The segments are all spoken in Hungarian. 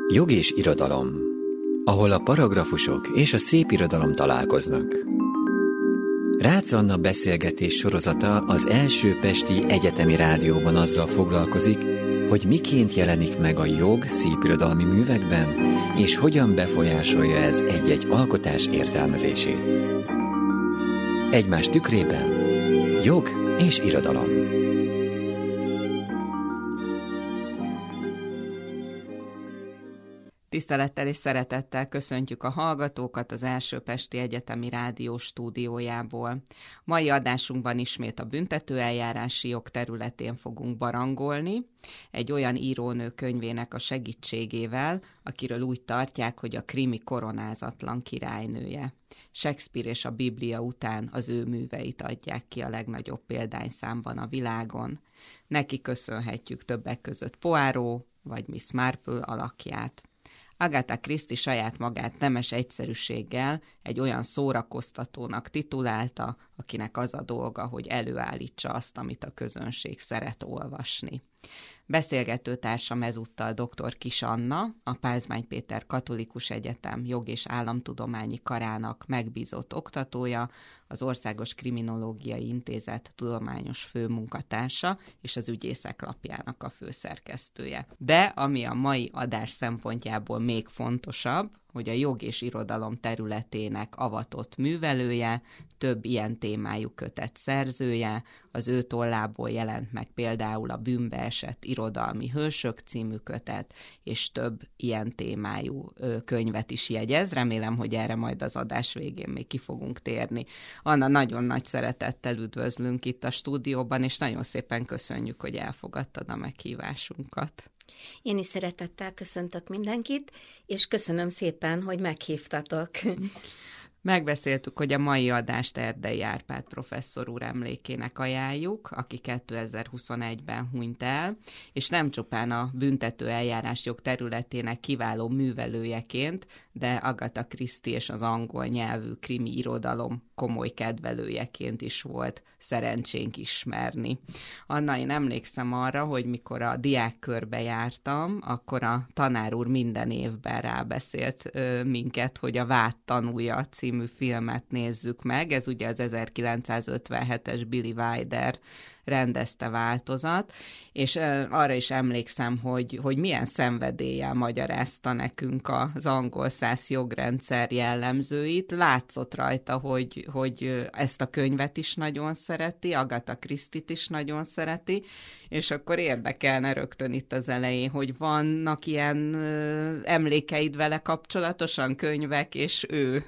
Jog és irodalom, ahol a paragrafusok és a szépirodalom találkoznak. Rácz Anna beszélgetés sorozata az első pesti egyetemi rádióban azzal foglalkozik, hogy miként jelenik meg a jog szépirodalmi művekben, és hogyan befolyásolja ez egy-egy alkotás értelmezését. Egymás tükrében jog és irodalom. Tisztelettel és szeretettel köszöntjük a hallgatókat az első pesti egyetemi rádió stúdiójából. Mai adásunkban ismét a büntetőeljárási jog területén fogunk barangolni, egy olyan írónő könyvének a segítségével, akiről úgy tartják, hogy a krimi koronázatlan királynője. Shakespeare és a Biblia után az ő műveit adják ki a legnagyobb példányszámban a világon. Neki köszönhetjük többek között Poirot vagy Miss Marple alakját. Agatha Christie saját magát nemes egyszerűséggel egy olyan szórakoztatónak titulálta, akinek az a dolga, hogy előállítsa azt, amit a közönség szeret olvasni. Beszélgetőtársam ezúttal dr. Kiss Anna, a Pázmány Péter Katolikus Egyetem Jog- és Államtudományi Karának megbízott oktatója, az Országos Kriminológiai Intézet tudományos főmunkatársa és az Ügyészek Lapjának a főszerkesztője. De ami a mai adás szempontjából még fontosabb, hogy a jog és irodalom területének avatott művelője, több ilyen témájú kötet szerzője, az ő tollából jelent meg például a Bűnbe esett irodalmi hősök című kötet, és több ilyen témájú könyvet is jegyez. Remélem, hogy erre majd az adás végén még ki fogunk térni. Anna, nagyon nagy szeretettel üdvözlünk itt a stúdióban, és nagyon szépen köszönjük, hogy elfogadtad a meghívásunkat. Én is szeretettel köszöntök mindenkit, és köszönöm szépen, hogy meghívtatok. Megbeszéltük, hogy a mai adást Erdei Árpád professzor úr emlékének ajánljuk, aki 2021-ben hunyt el, és nem csupán a büntető eljárásjog területének kiváló művelőjeként, de Agatha Christie és az angol nyelvű krimi irodalom komoly kedvelőjeként is volt szerencsénk ismerni. Anna, én emlékszem arra, hogy mikor a diákkörbe jártam, akkor a tanár úr minden évben rábeszélt minket, hogy a Vád tanúja című filmet nézzük meg. Ez ugye az 1957-es Billy Wilder rendezte változat, és arra is emlékszem, hogy milyen szenvedéllyel magyarázta nekünk az angol szász jogrendszer jellemzőit. Látszott rajta, hogy ezt a könyvet is nagyon szereti, Agatha Christie-t is nagyon szereti, és akkor érdekelne rögtön itt az elején, hogy vannak ilyen emlékeid vele kapcsolatosan, könyvek és ő.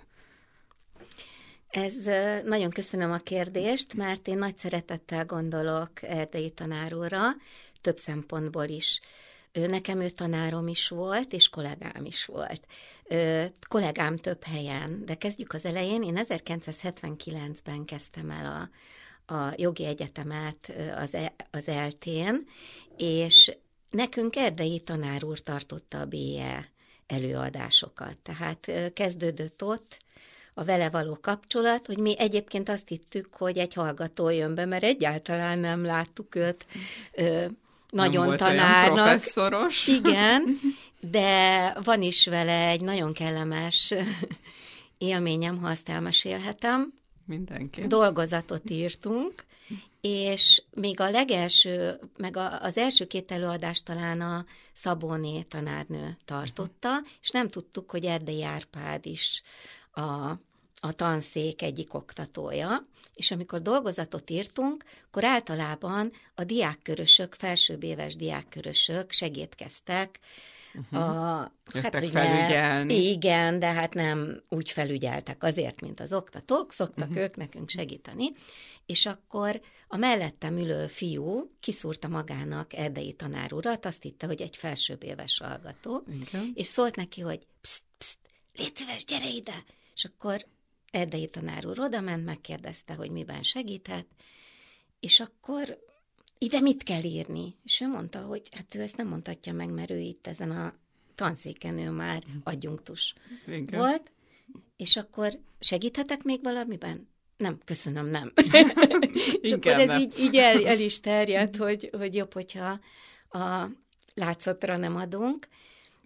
Nagyon köszönöm a kérdést, mert én nagy szeretettel gondolok Erdei tanár úrra, több szempontból is. Nekem ő tanárom is volt, és kollégám is volt. Kollégám több helyen, de kezdjük az elején. Én 1979-ben kezdtem el a jogi egyetemet az ELTE-n, és nekünk Erdei tanár úr tartotta a BE előadásokat. Tehát kezdődött ott a vele való kapcsolat, hogy mi egyébként azt hittük, hogy egy hallgató jön be, mert egyáltalán nem láttuk őt nagyon nem tanárnak. Volt olyan professzoros. Igen, de van is vele egy nagyon kellemes élményem, ha azt elmesélhetem. Mindenki. Dolgozatot írtunk, és még a legelső, meg az első két előadást talán a Szabóné tanárnő tartotta, és nem tudtuk, hogy Erdei Árpád is a tanszék egyik oktatója, és amikor dolgozatot írtunk, akkor általában a diákkörösök, felsőbb éves diákkörösök segédkeztek, hogy felügyelni. Igen, de hát nem úgy felügyeltek azért, mint az oktatók, szoktak ők nekünk segíteni, és akkor a mellettem ülő fiú kiszúrta magának Erdei tanár urat, azt hitte, hogy egy felsőbb éves hallgató, igen. És szólt neki, hogy pszt, pszt, légy szíves, gyere ide! És akkor Erdei tanár úr odament, megkérdezte, hogy miben segíthet, és akkor ide mit kell írni? És ő mondta, hogy hát ő ezt nem mondhatja meg, mert ő itt ezen a tanszéken ő már adjunktus volt, és akkor segíthetek még valamiben? Nem, köszönöm, nem. És akkor ez így el is terjedt, hogy jobb, hogyha a látszatra nem adunk.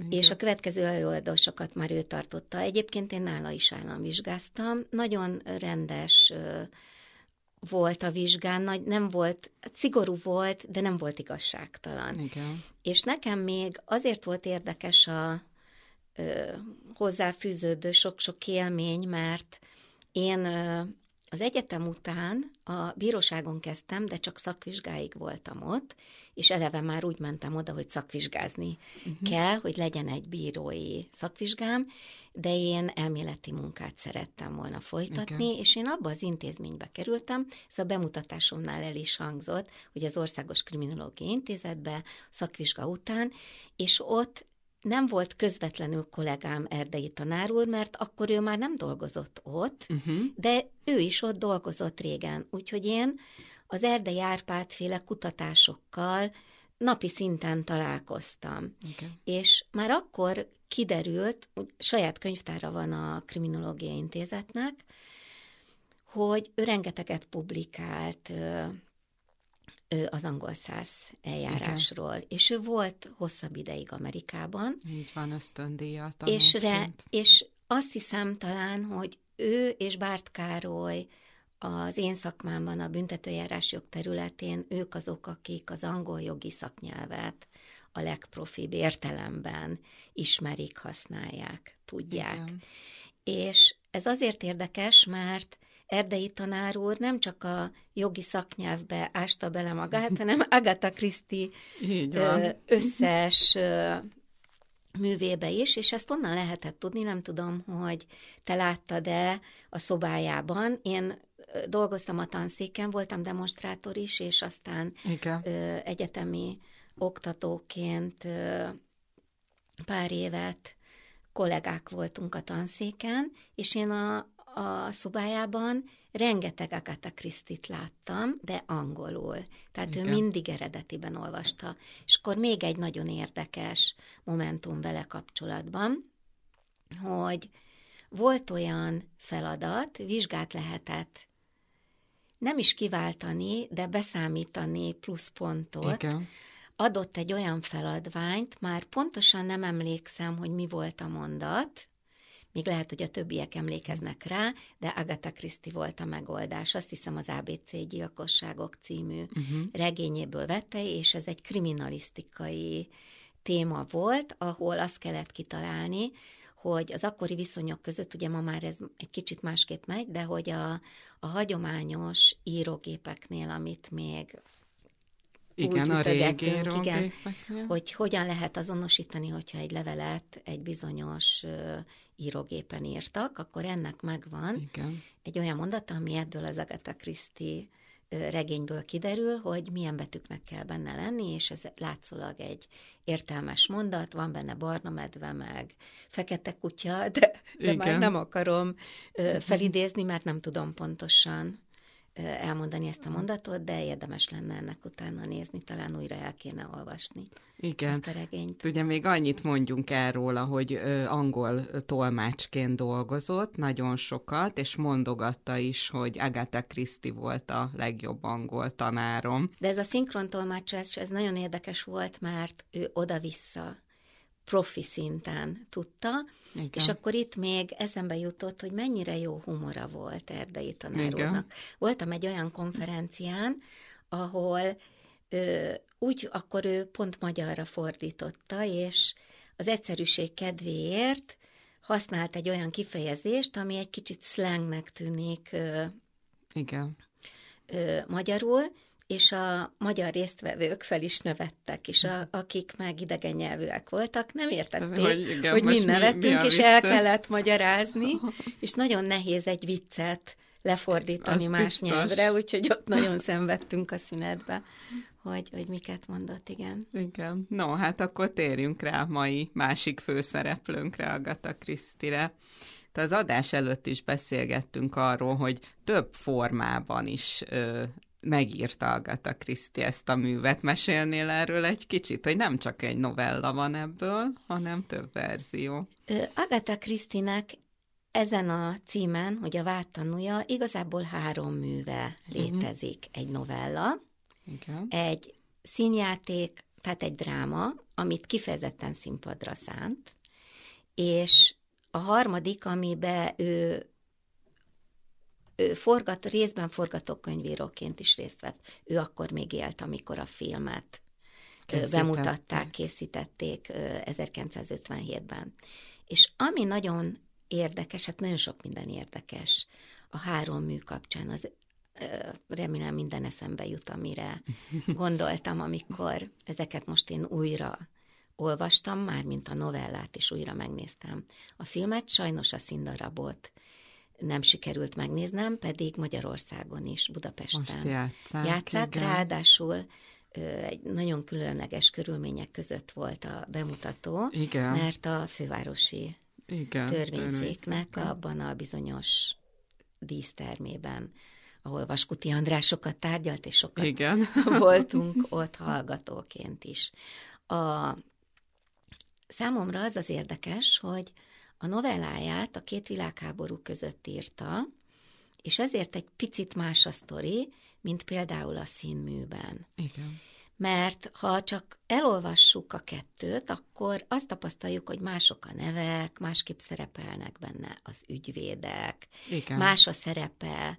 És a következő előadásokat már ő tartotta. Egyébként én nála is államvizsgáztam. Nagyon rendes volt a vizsgán, nem volt, szigorú volt, de nem volt igazságtalan. Igen. És nekem még azért volt érdekes a hozzáfűződő sok-sok élmény, mert én az egyetem után a bíróságon kezdtem, de csak szakvizsgáig voltam ott, és eleve már úgy mentem oda, hogy szakvizsgázni kell, hogy legyen egy bírói szakvizsgám, de én elméleti munkát szerettem volna folytatni, és én abba az intézménybe kerültem, ez a bemutatásomnál el is hangzott, hogy az Országos Kriminológiai Intézetbe szakvizsga után, és ott nem volt közvetlenül kollégám Erdei tanár úr, mert akkor ő már nem dolgozott ott, de ő is ott dolgozott régen. Úgyhogy én az Erdei Árpád-féle kutatásokkal napi szinten találkoztam. És már akkor kiderült, saját könyvtára van a Kriminológiai Intézetnek, hogy ő rengeteget publikált az angol száz eljárásról. Igen. És ő volt hosszabb ideig Amerikában. Így van, ösztöndíjjal és azt hiszem talán, hogy ő és Bárt Károly az én szakmámban, a büntetőjárásjog területén, ők azok, akik az angol jogi szaknyelvet a legprofibb értelemben ismerik, használják, tudják. Igen. És ez azért érdekes, mert Erdei tanár úr nem csak a jogi szaknyelvbe ásta bele magát, hanem Agatha Christie összes művébe is, és ezt onnan lehetett tudni, nem tudom, hogy te láttad-e a szobájában. Én dolgoztam a tanszéken, voltam demonstrátor is, és aztán egyetemi oktatóként pár évet kollégák voltunk a tanszéken, és én a szobájában rengeteg Agatha Christie-t láttam, de angolul. Tehát ő mindig eredetiben olvasta. És akkor még egy nagyon érdekes momentum vele kapcsolatban, hogy volt olyan feladat, vizsgát lehetett nem is kiváltani, de beszámítani pluszpontot. Adott egy olyan feladványt, már pontosan nem emlékszem, hogy mi volt a mondat, még lehet, hogy a többiek emlékeznek rá, de Agatha Christie volt a megoldás. Azt hiszem az ABC gyilkosságok című regényéből vette, és ez egy kriminalisztikai téma volt, ahol azt kellett kitalálni, hogy az akkori viszonyok között, ugye ma már ez egy kicsit másképp megy, de hogy a hagyományos írógépeknél, amit még igen, úgy a régi hogy hogyan lehet azonosítani, hogyha egy levelet egy bizonyos írógépen írtak, akkor ennek megvan egy olyan mondata, ami ebből az Agatha Christie regényből kiderül, hogy milyen betűknek kell benne lenni, és ez látszólag egy értelmes mondat, van benne barna medve, meg fekete kutya, de már nem akarom felidézni, mert nem tudom pontosan elmondani ezt a mondatot, de érdemes lenne ennek utána nézni, talán újra el kéne olvasni ezt a regényt. Ugye még annyit mondjunk el róla, hogy angol tolmácsként dolgozott nagyon sokat, és mondogatta is, hogy Agatha Christie volt a legjobb angol tanárom. De ez a szinkrontolmácsás, ez nagyon érdekes volt, mert ő oda-vissza profi szinten tudta, és akkor itt még eszembe jutott, hogy mennyire jó humora volt Erdei tanár úrnak. Voltam egy olyan konferencián, ahol akkor ő pont magyarra fordította, és az egyszerűség kedvéért használt egy olyan kifejezést, ami egy kicsit slangnek tűnik magyarul, és a magyar résztvevők fel is nevettek, és akik meg idegen nyelvűek voltak, nem értették, hogy mind nevettünk, és el kellett magyarázni, és nagyon nehéz egy viccet lefordítani más nyelvre, úgyhogy ott nagyon szenvedtünk a szünetbe, hogy miket mondott, igen. No, hát akkor térjünk rá a mai másik főszereplőnkre, Agatha Christie-re. Az adás előtt is beszélgettünk arról, hogy több formában is megírta Agatha Christie ezt a művet. Mesélnél erről egy kicsit, hogy nem csak egy novella van ebből, hanem több verzió. Agatha Christie-nek ezen a címen, hogy a vád tanúja, igazából 3 műve létezik. Egy novella, egy színjáték, tehát egy dráma, amit kifejezetten színpadra szánt, és a harmadik, amiben ő részben forgatókönyvíróként is részt vett. Ő akkor még élt, amikor a filmet bemutatták, készítették 1957-ben. És ami nagyon érdekes, hát nagyon sok minden érdekes a 3 mű kapcsán, az remélem minden eszembe jut, amire gondoltam, amikor ezeket most én újra olvastam, mármint a novellát is újra megnéztem. A filmet sajnos a színdarabot nem sikerült megnéznem, pedig Magyarországon is, Budapesten játsszák. Ráadásul egy nagyon különleges körülmények között volt a bemutató, igen, mert a fővárosi törvényszéknek abban a bizonyos dísztermében, ahol Vaskuti András sokat tárgyalt, és sokat voltunk ott hallgatóként is. Számomra az érdekes, hogy a novelláját a 2 világháború között írta, és ezért egy picit más a sztori, mint például a színműben. Igen. Mert ha csak elolvassuk a 2-t, akkor azt tapasztaljuk, hogy mások a nevek, másképp szerepelnek benne az ügyvédek, igen, más a szerepe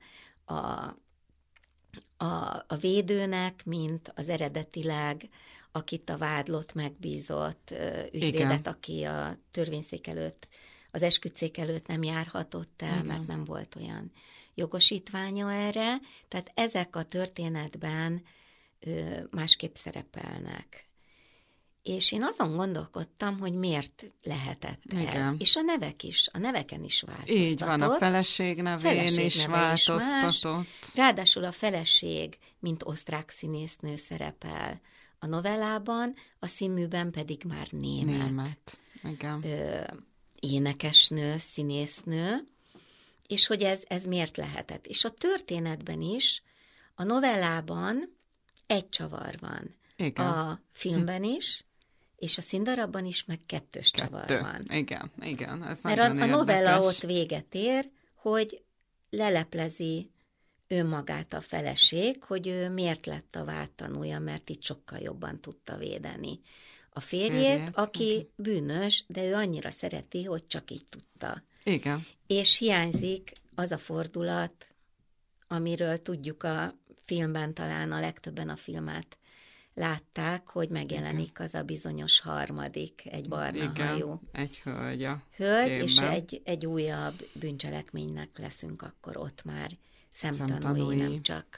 a védőnek, mint az eredetileg, akit a vádlott megbízott ügyvédet, igen, aki a törvényszék előtt, az esküdtszék előtt nem járhatott el, igen, mert nem volt olyan jogosítványa erre. Tehát ezek a történetben másképp szerepelnek. És én azon gondolkodtam, hogy miért lehetett ez. És a neveken is változtatott. Így van, a feleség nevén is változtatott. Ráadásul a feleség, mint osztrák színésznő szerepel a novellában, a színműben pedig már német. Igen. Énekesnő, színésznő, és hogy ez miért lehetett. És a történetben is, a novellában egy csavar van. Igen. A filmben is, és a színdarabban is, meg 2 csavar van. Igen. Ez mert a novella ott véget ér, hogy leleplezi önmagát a feleség, hogy ő miért lett a vádtanúja, mert itt sokkal jobban tudta védeni a férjét, aki bűnös, de ő annyira szereti, hogy csak így tudta. Igen. És hiányzik az a fordulat, amiről tudjuk a filmben, talán a legtöbben a filmet látták, hogy megjelenik az a bizonyos harmadik, egy barna hajú. Egy hölgy. És egy újabb bűncselekménynek leszünk akkor ott már szemtanúi, nem csak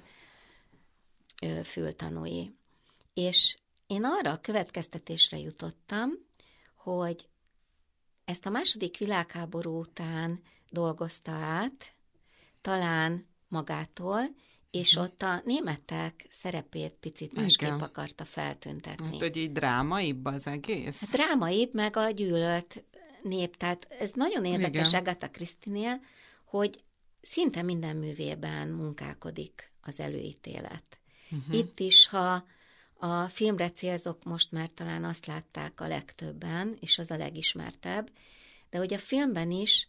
fültanúi. És én arra a következtetésre jutottam, hogy ezt a II. Világháború után dolgozta át, talán magától, és ott a németek szerepét picit másképp akarta feltüntetni. Hát, hogy így drámaibb az egész? Hát drámaibb, meg a gyűlölt nép. Tehát ez nagyon érdekes Agatha Christie-nél, hogy szinte minden művében munkálkodik az előítélet. Itt is, ha a filmre célzok, most már talán azt látták a legtöbben, és az a legismertebb, de hogy a filmben is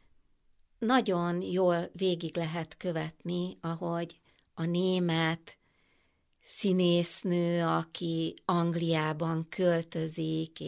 nagyon jól végig lehet követni, ahogy a német színésznő, aki Angliában költözik,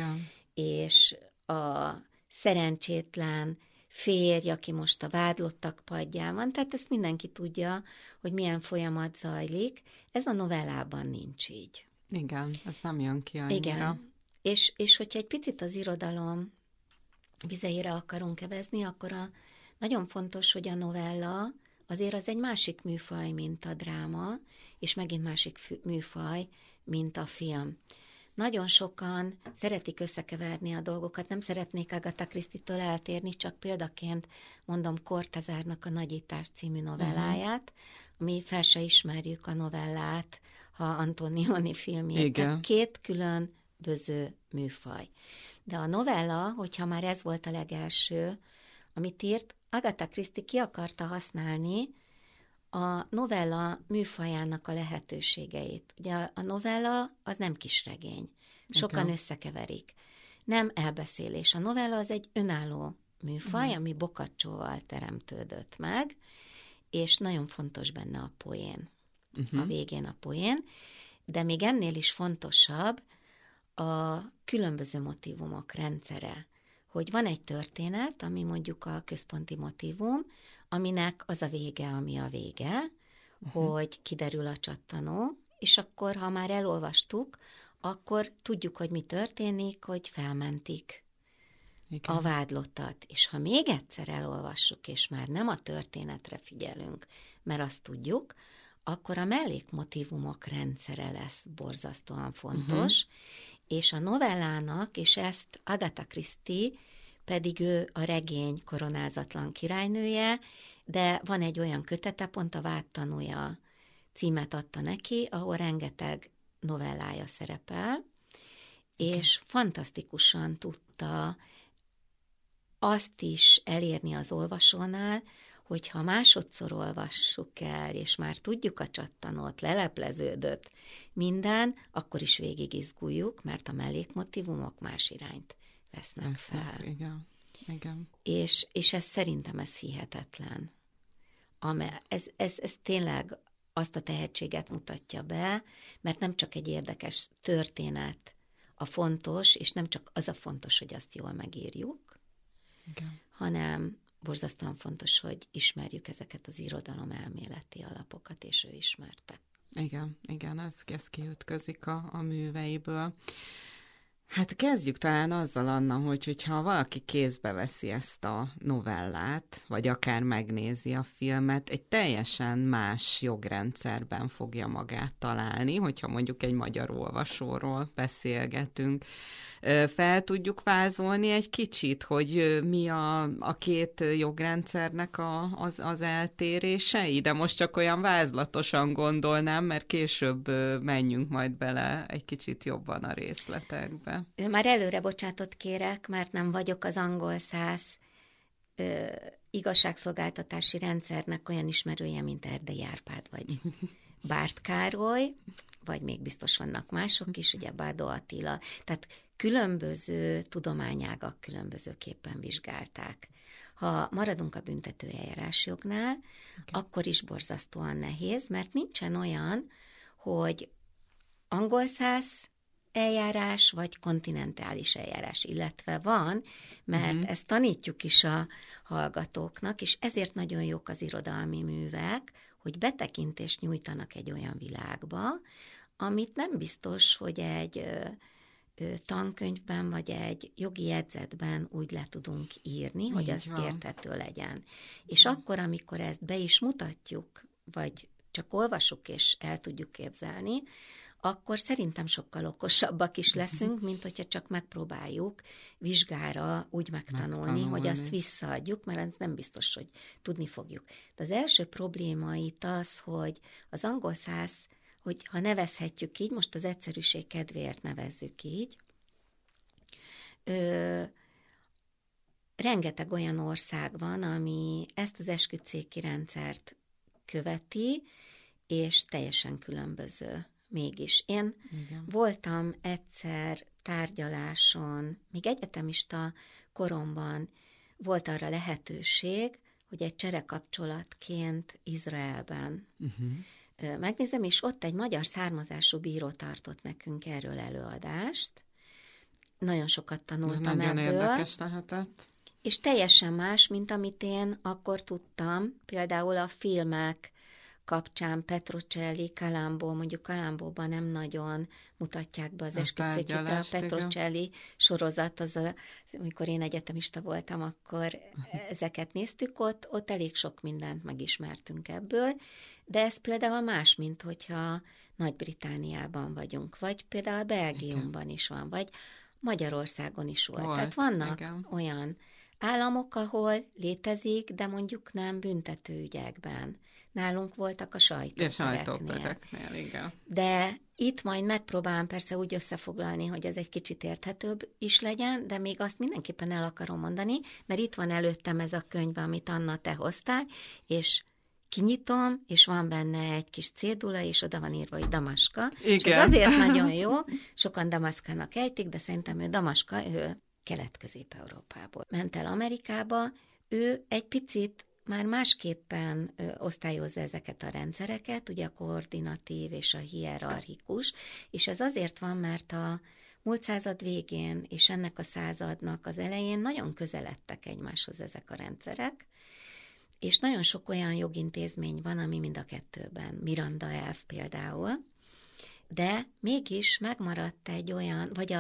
és a szerencsétlen férj, aki most a vádlottak padján van, tehát ezt mindenki tudja, hogy milyen folyamat zajlik. Ez a novellában nincs így. Igen, ez nem jön ki annyira. Igen, és hogyha egy picit az irodalom vizeire akarunk evezni, akkor nagyon fontos, hogy a novella azért az egy másik műfaj, mint a dráma, és megint másik műfaj, mint a film. Nagyon sokan szeretik összekeverni a dolgokat, nem szeretnék Agatha Christie-től eltérni, csak példaként mondom Cortázárnak a Nagyítás című novelláját, ami fel se ismerjük a novellát, ha Antonioni filmjét. Tehát 2 különböző műfaj. De a novella, hogyha már ez volt a legelső, amit írt, Agatha Christie ki akarta használni a novella műfajának a lehetőségeit. Ugye a novella az nem kisregény. Sokan összekeverik. Nem elbeszélés. A novella az egy önálló műfaj, ami Boccaccioval teremtődött meg, és nagyon fontos benne a poén. A végén a poén. De még ennél is fontosabb a különböző motívumok rendszere, hogy van egy történet, ami mondjuk a központi motívum, aminek az a vége, ami a vége, hogy kiderül a csattanó, és akkor, ha már elolvastuk, akkor tudjuk, hogy mi történik, hogy felmentik a vádlottat. És ha még egyszer elolvassuk, és már nem a történetre figyelünk, mert azt tudjuk, akkor a mellékmotívumok rendszere lesz borzasztóan fontos, és a novellának, és ezt Agatha Christie, pedig ő a regény koronázatlan királynője, de van egy olyan kötete, pont a Vádtanúja címet adta neki, ahol rengeteg novellája szerepel, és fantasztikusan tudta azt is elérni az olvasónál, hogyha másodszor olvassuk el, és már tudjuk a csattanót, lelepleződött minden, akkor is végig izguljuk, mert a mellékmotívumok más irányt vesznek fel. Igen. És ez szerintem ez hihetetlen. Ez tényleg azt a tehetséget mutatja be, mert nem csak egy érdekes történet a fontos, és nem csak az a fontos, hogy azt jól megírjuk, hanem borzasztóan fontos, hogy ismerjük ezeket az irodalom elméleti alapokat, és ő ismerte. Igen, ez kiütközik a műveiből. Hát kezdjük talán azzal, Anna, hogyha valaki kézbe veszi ezt a novellát, vagy akár megnézi a filmet, egy teljesen más jogrendszerben fogja magát találni, hogyha mondjuk egy magyar olvasóról beszélgetünk. Fel tudjuk vázolni egy kicsit, hogy mi a két jogrendszernek az eltérései, de most csak olyan vázlatosan gondolnám, mert később menjünk majd bele egy kicsit jobban a részletekbe. Már előre bocsátot kérek, mert nem vagyok az angol száz igazságszolgáltatási rendszernek olyan ismerője, mint Erdei Árpád vagy Bárd Károly, vagy még biztos vannak mások is, ugye Bádó Attila. Tehát különböző tudományágak különbözőképpen vizsgálták. Ha maradunk a büntetőeljárásjognál, akkor is borzasztóan nehéz, mert nincsen olyan, hogy angol száz eljárás, vagy kontinentális eljárás, illetve van, mert ezt tanítjuk is a hallgatóknak, és ezért nagyon jók az irodalmi művek, hogy betekintést nyújtanak egy olyan világba, amit nem biztos, hogy egy tankönyvben, vagy egy jogi jegyzetben úgy le tudunk írni, hogy az érthető legyen. És akkor, amikor ezt be is mutatjuk, vagy csak olvassuk és el tudjuk képzelni, akkor szerintem sokkal okosabbak is leszünk, mint hogyha csak megpróbáljuk vizsgára úgy megtanulni, hogy azt visszaadjuk, mert ez nem biztos, hogy tudni fogjuk. De az első probléma itt az, hogy az angol száz, hogy ha nevezhetjük így, most az egyszerűség kedvéért nevezzük így, rengeteg olyan ország van, ami ezt az esküdtszéki rendszert követi, és teljesen különböző mégis. Én voltam egyszer tárgyaláson, még egyetemista koromban volt arra lehetőség, hogy egy cserekapcsolatként Izraelben megnézem, és ott egy magyar származású bíró tartott nekünk erről előadást. Nagyon sokat tanultam ebből. Nagyon érdekes lehetett. És teljesen más, mint amit én akkor tudtam, például a filmek kapcsán Petrocelli, Columbo, mondjuk Columbóban nem nagyon mutatják be az esküdtszékit, a Petrocelli sorozat, amikor én egyetemista voltam, akkor ezeket néztük, ott elég sok mindent megismertünk ebből, de ez például más, mint hogyha Nagy-Britániában vagyunk, vagy például Belgiumban is van, vagy Magyarországon is volt. Tehát vannak olyan államok, ahol létezik, de mondjuk nem büntetőügyekben. Nálunk voltak a sajtópereknél. Igen. De itt majd megpróbálom persze úgy összefoglalni, hogy ez egy kicsit érthetőbb is legyen, de még azt mindenképpen el akarom mondani, mert itt van előttem ez a könyv, amit Anna, te hoztál, és kinyitom, és van benne egy kis cédula, és oda van írva, hogy Damaska. Igen. És ez azért nagyon jó, sokan Damaszkának ejtik, de szerintem ő Damaska, ő Kelet-Közép-Európából ment el Amerikába, ő egy picit már másképpen osztályozza ezeket a rendszereket, ugye a koordinatív és a hierarchikus, és ez azért van, mert a múlt század végén és ennek a századnak az elején nagyon közeledtek egymáshoz ezek a rendszerek, és nagyon sok olyan jogintézmény van, ami mind a kettőben, Miranda elv például, de mégis megmaradt egy olyan, vagy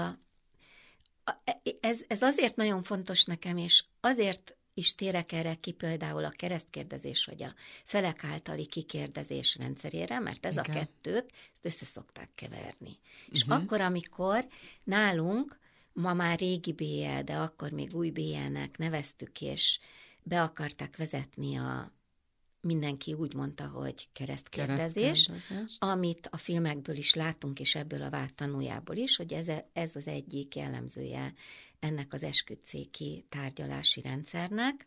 ez azért nagyon fontos nekem, és azért is térek erre ki például a keresztkérdezés, vagy a felek általi kikérdezés rendszerére, mert ez igen. A kettőt ezt össze szokták keverni. És akkor, amikor nálunk, ma már régi BL, de akkor még új BL-nek neveztük, és be akarták vezetni mindenki úgy mondta, hogy keresztkérdezés, amit a filmekből is látunk, és ebből a vád tanújából is, hogy ez az egyik jellemzője ennek az esküdtszéki tárgyalási rendszernek.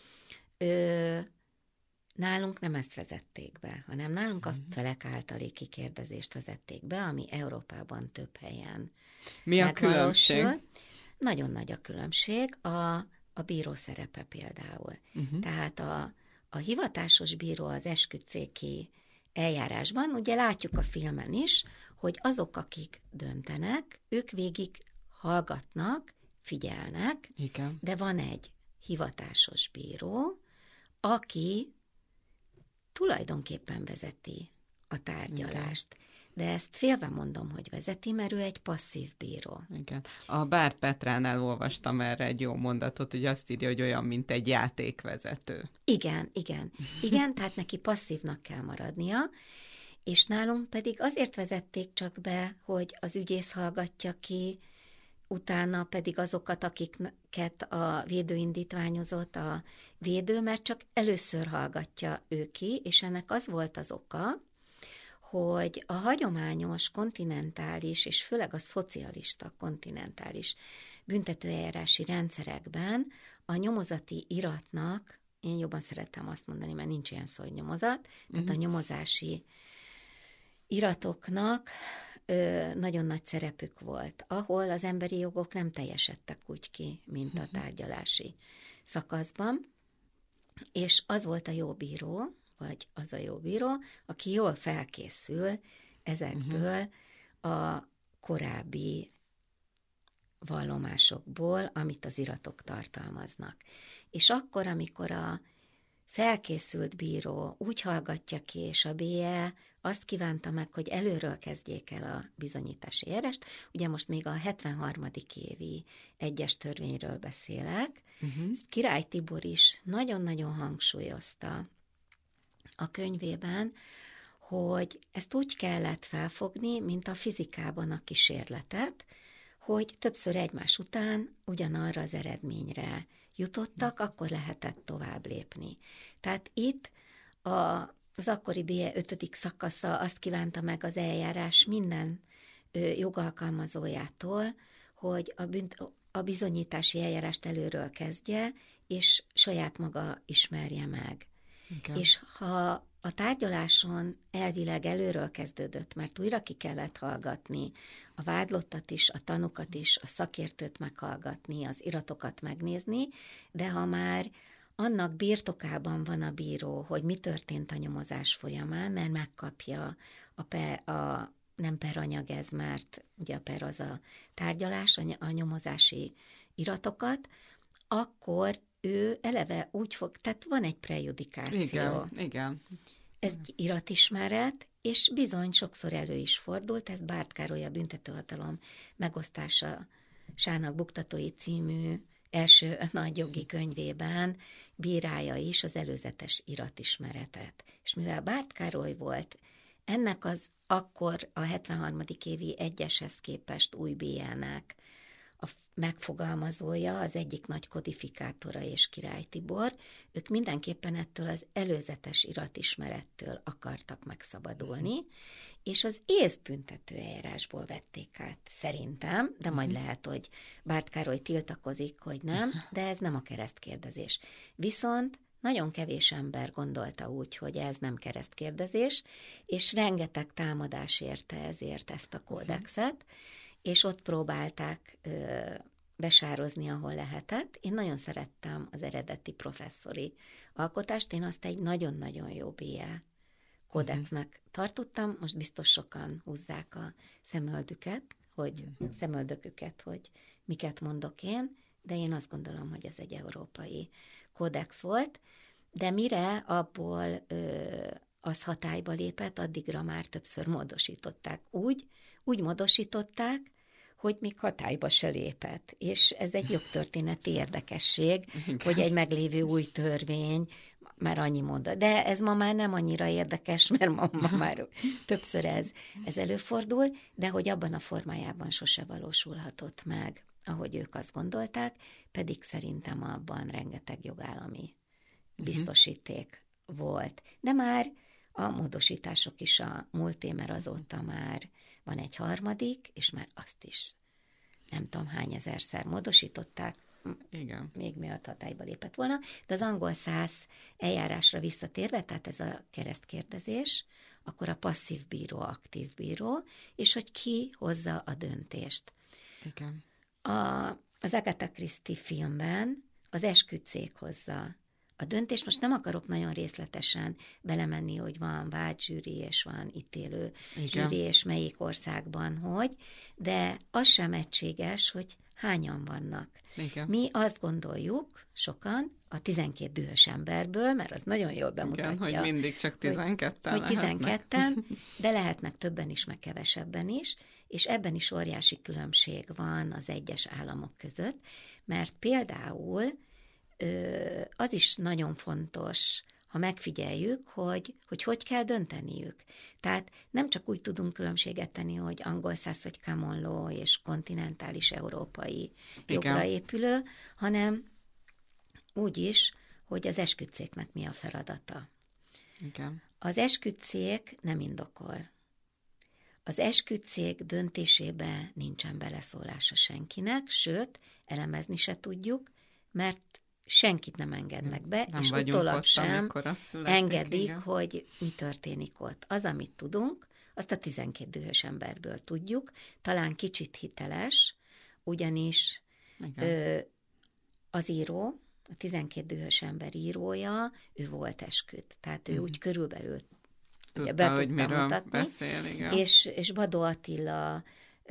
Nálunk nem ezt vezették be, hanem nálunk a felek általi kikérdezést vezették be, ami Európában több helyen. Mi a különbség? Nagyon nagy a különbség. A bíró szerepe például. Tehát a hivatásos bíró az esküdtszéki eljárásban, ugye látjuk a filmen is, hogy azok, akik döntenek, ők végig hallgatnak, figyelnek, igen. De van egy hivatásos bíró, aki tulajdonképpen vezeti a tárgyalást. Igen. De ezt félve mondom, hogy vezeti, mert ő egy passzív bíró. Igen. A Bárd Petránál olvastam erre egy jó mondatot, hogy azt írja, hogy olyan, mint egy játékvezető. Igen, tehát neki passzívnak kell maradnia, és nálunk pedig azért vezették csak be, hogy az ügyész hallgatja ki, utána pedig azokat, akiket a védő indítványozott a védő, mert csak először hallgatja ő ki, és ennek az volt az oka, hogy a hagyományos kontinentális, és főleg a szocialista kontinentális büntetőeljárási rendszerekben a nyomozati iratnak, én jobban szerettem azt mondani, mert nincs ilyen szó, hogy nyomozat, tehát a nyomozási iratoknak nagyon nagy szerepük volt, ahol az emberi jogok nem teljesedtek úgy ki, mint a tárgyalási szakaszban, és az volt a jó bíró, vagy az a jó bíró, aki jól felkészül ezekből a korábbi vallomásokból, amit az iratok tartalmaznak. És akkor, amikor a felkészült bíró úgy hallgatja ki, és a BL azt kívánta meg, hogy előről kezdjék el a bizonyítási eljárást, ugye most még a 73. évi egyes törvényről beszélek, Király Tibor is nagyon-nagyon hangsúlyozta a könyvében, hogy ezt úgy kellett felfogni, mint a fizikában a kísérletet, hogy többször egymás után ugyanarra az eredményre jutottak, akkor lehetett tovább lépni. Tehát itt az akkori BE 5. szakasza azt kívánta meg az eljárás minden jogalkalmazójától, hogy a bizonyítási eljárást előről kezdje, és saját maga ismerje meg. Okay. És ha a tárgyaláson elvileg előről kezdődött, mert újra ki kellett hallgatni a vádlottat is, a tanukat is, a szakértőt meghallgatni, az iratokat megnézni, de ha már annak birtokában van a bíró, hogy mi történt a nyomozás folyamán, mert megkapja nem peranyag ez, mert ugye a per az a tárgyalás, a nyomozási iratokat, akkor ő eleve úgy fog, tehát van egy prejudikáció. Igen. Ez iratismeret, és bizony sokszor elő is fordult, ez Bárd Károly a Büntetőhatalom megosztásának buktatói című első nagy jogi könyvében bírálja is az előzetes iratismeretet. És mivel Bárd Károly volt ennek az akkor a 73. évi egyeshez képest új BL-nek a megfogalmazója, az egyik nagy kodifikátora és Király Tibor, ők mindenképpen ettől az előzetes iratismerettől akartak megszabadulni, és az észbüntető eljárásból vették át szerintem, de majd lehet, hogy Bárd Károly tiltakozik, hogy nem, de ez nem a keresztkérdezés. Viszont nagyon kevés ember gondolta úgy, hogy ez nem keresztkérdezés, és rengeteg támadás érte ezért ezt a kódexet, és ott próbálták besározni, ahol lehetett. Én nagyon szerettem az eredeti professzori alkotást, én azt egy nagyon-nagyon jó BL kódexnek tartottam, most biztos sokan húzzák a szemöldüket, hogy szemöldöküket, hogy miket mondok én, de én azt gondolom, hogy ez egy európai kódex volt, de mire abból az hatályba lépett, addigra már többször módosították. Úgy módosították, hogy még hatályba se lépett. És ez egy jogtörténeti érdekesség, hogy egy meglévő új törvény, már annyi mondat. De ez ma már nem annyira érdekes, mert ma már többször ez előfordul, de hogy abban a formájában sose valósulhatott meg, ahogy ők azt gondolták, pedig szerintem abban rengeteg jogállami biztosíték volt. De már a módosítások is a múlté, mert azóta már van egy harmadik, és már azt is nem tudom hány ezerszer módosították, igen. Még miatt hatályba lépett volna, de az angol szász eljárásra visszatérve, tehát ez a keresztkérdezés, akkor a passzív bíró, aktív bíró, és hogy ki hozza a döntést. Igen. Az Agatha Christie filmben az esküdtszék hozza a döntést. Most nem akarok nagyon részletesen belemenni, hogy van vádzsűri, és van ítélő zsűri, és melyik országban hogy, de az sem egységes, hogy hányan vannak. Igen. Mi azt gondoljuk, sokan, a 12 dühös emberből, mert az nagyon jól bemutatja. Igen, hogy mindig csak 12-en hogy 12-en, de lehetnek többen is, meg kevesebben is, és ebben is óriási különbség van az egyes államok között, mert például az is nagyon fontos, ha megfigyeljük, hogy kell dönteniük. Tehát nem csak úgy tudunk különbséget tenni, hogy angol szász vagy common law és kontinentális európai jogra épülő, hanem úgy is, hogy az esküdtszéknek mi a feladata. Igen. Az esküdtszék nem indokol. Az esküdtszék döntésébe nincsen beleszólása senkinek, sőt, elemezni se tudjuk, mert senkit nem engednek be, nem és utólag ott, sem engedik, igen. hogy mi történik ott. Az, amit tudunk, azt a 12 dühös emberből tudjuk, talán kicsit hiteles, ugyanis az író, a 12 dühös ember írója, ő volt esküdt. Tehát ő úgy körülbelül tudta, hogy miről beszél, igen. És Badó Attila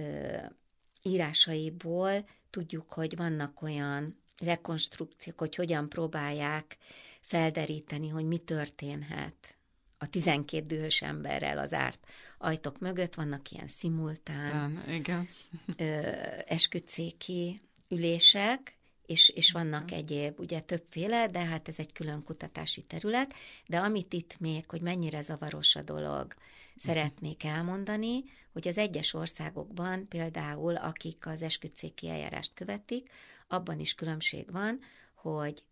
írásaiból tudjuk, hogy vannak olyan rekonstrukciók, hogy hogyan próbálják felderíteni, hogy mi történhet a 12 dühös emberrel az zárt ajtók mögött. Vannak ilyen szimultán esküdtszéki ülések, és vannak egyéb, ugye többféle, de hát ez egy külön kutatási terület, de amit itt még, hogy mennyire zavaros a dolog, szeretnék elmondani, hogy az egyes országokban például, akik az esküdtszéki eljárást követik, abban is különbség van, hogy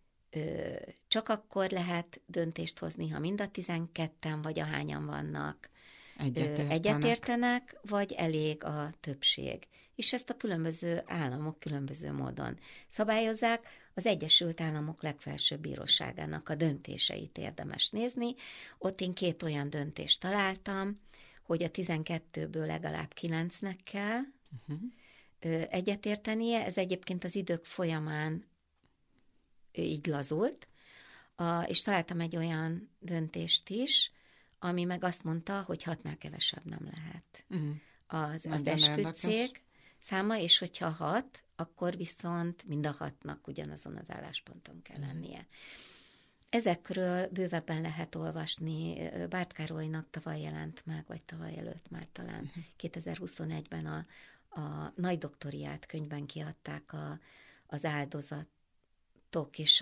csak akkor lehet döntést hozni, ha mind a 12-en vagy ahányan vannak egyetértenek, vagy elég a többség. És ezt a különböző államok különböző módon szabályozzák. Az Egyesült Államok legfelsőbb bíróságának a döntéseit érdemes nézni. Ott én 2 olyan döntést találtam, hogy a 12-ből legalább 9-nek kell egyetértenie. Ez egyébként az idők folyamán így lazult, és találtam egy olyan döntést is, ami meg azt mondta, hogy 6-nál kevesebb nem lehet. Az esküdtszék száma, és hogyha 6, akkor viszont mind a 6-nak ugyanazon az állásponton kell lennie. Ezekről bővebben lehet olvasni. Bárd Károlynak tavaly jelent meg, vagy tavaly előtt már talán 2021-ben a nagy doktoriát könyvben kiadták az áldozatok és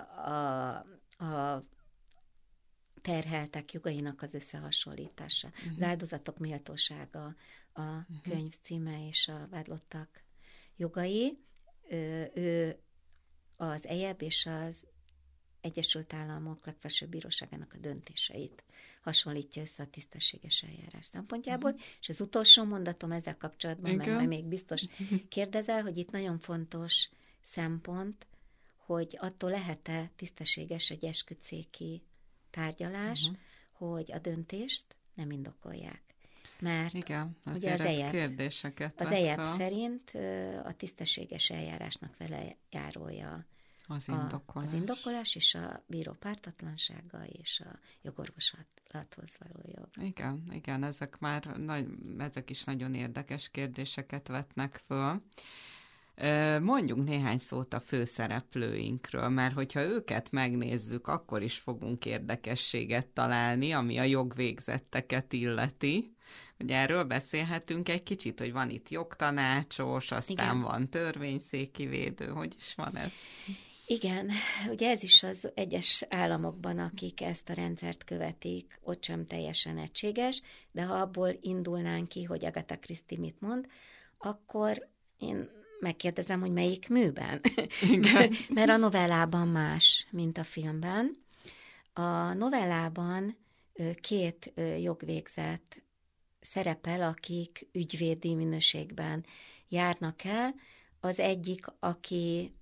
a terheltek jogainak az összehasonlítása. Az áldozatok méltósága a könyv címe, és a vádlottak jogai. Ő az EJEB és az Egyesült Államok legfelsőbb bíróságának a döntéseit hasonlítja össze a tisztességes eljárás szempontjából. És az utolsó mondatom ezzel kapcsolatban, mert majd még biztos kérdezel, hogy itt nagyon fontos szempont, hogy attól lehet-e tisztességes egy esküdtszéki tárgyalás, hogy a döntést nem indokolják. Mert ugye az EJEB szerint a tisztességes eljárásnak vele járója az indokolás és a bíró pártatlansága és a jogorvoslathoz való jog. Igen, ezek is nagyon érdekes kérdéseket vetnek föl. Mondjunk néhány szót a főszereplőinkről, mert hogyha őket megnézzük, akkor is fogunk érdekességet találni, ami a jogvégzetteket illeti. Ugye erről beszélhetünk egy kicsit, hogy van itt jogtanácsos, aztán igen, van törvényszéki védő, hogy is van ez? Igen, ugye ez is az egyes államokban, akik ezt a rendszert követik, ott sem teljesen egységes, de ha abból indulnánk ki, hogy Agatha Christie mit mond, akkor én megkérdezem, hogy melyik műben. Mert a novellában más, mint a filmben. A novellában 2 jogvégzett szerepel, akik ügyvédi minőségben járnak el. Az egyik, aki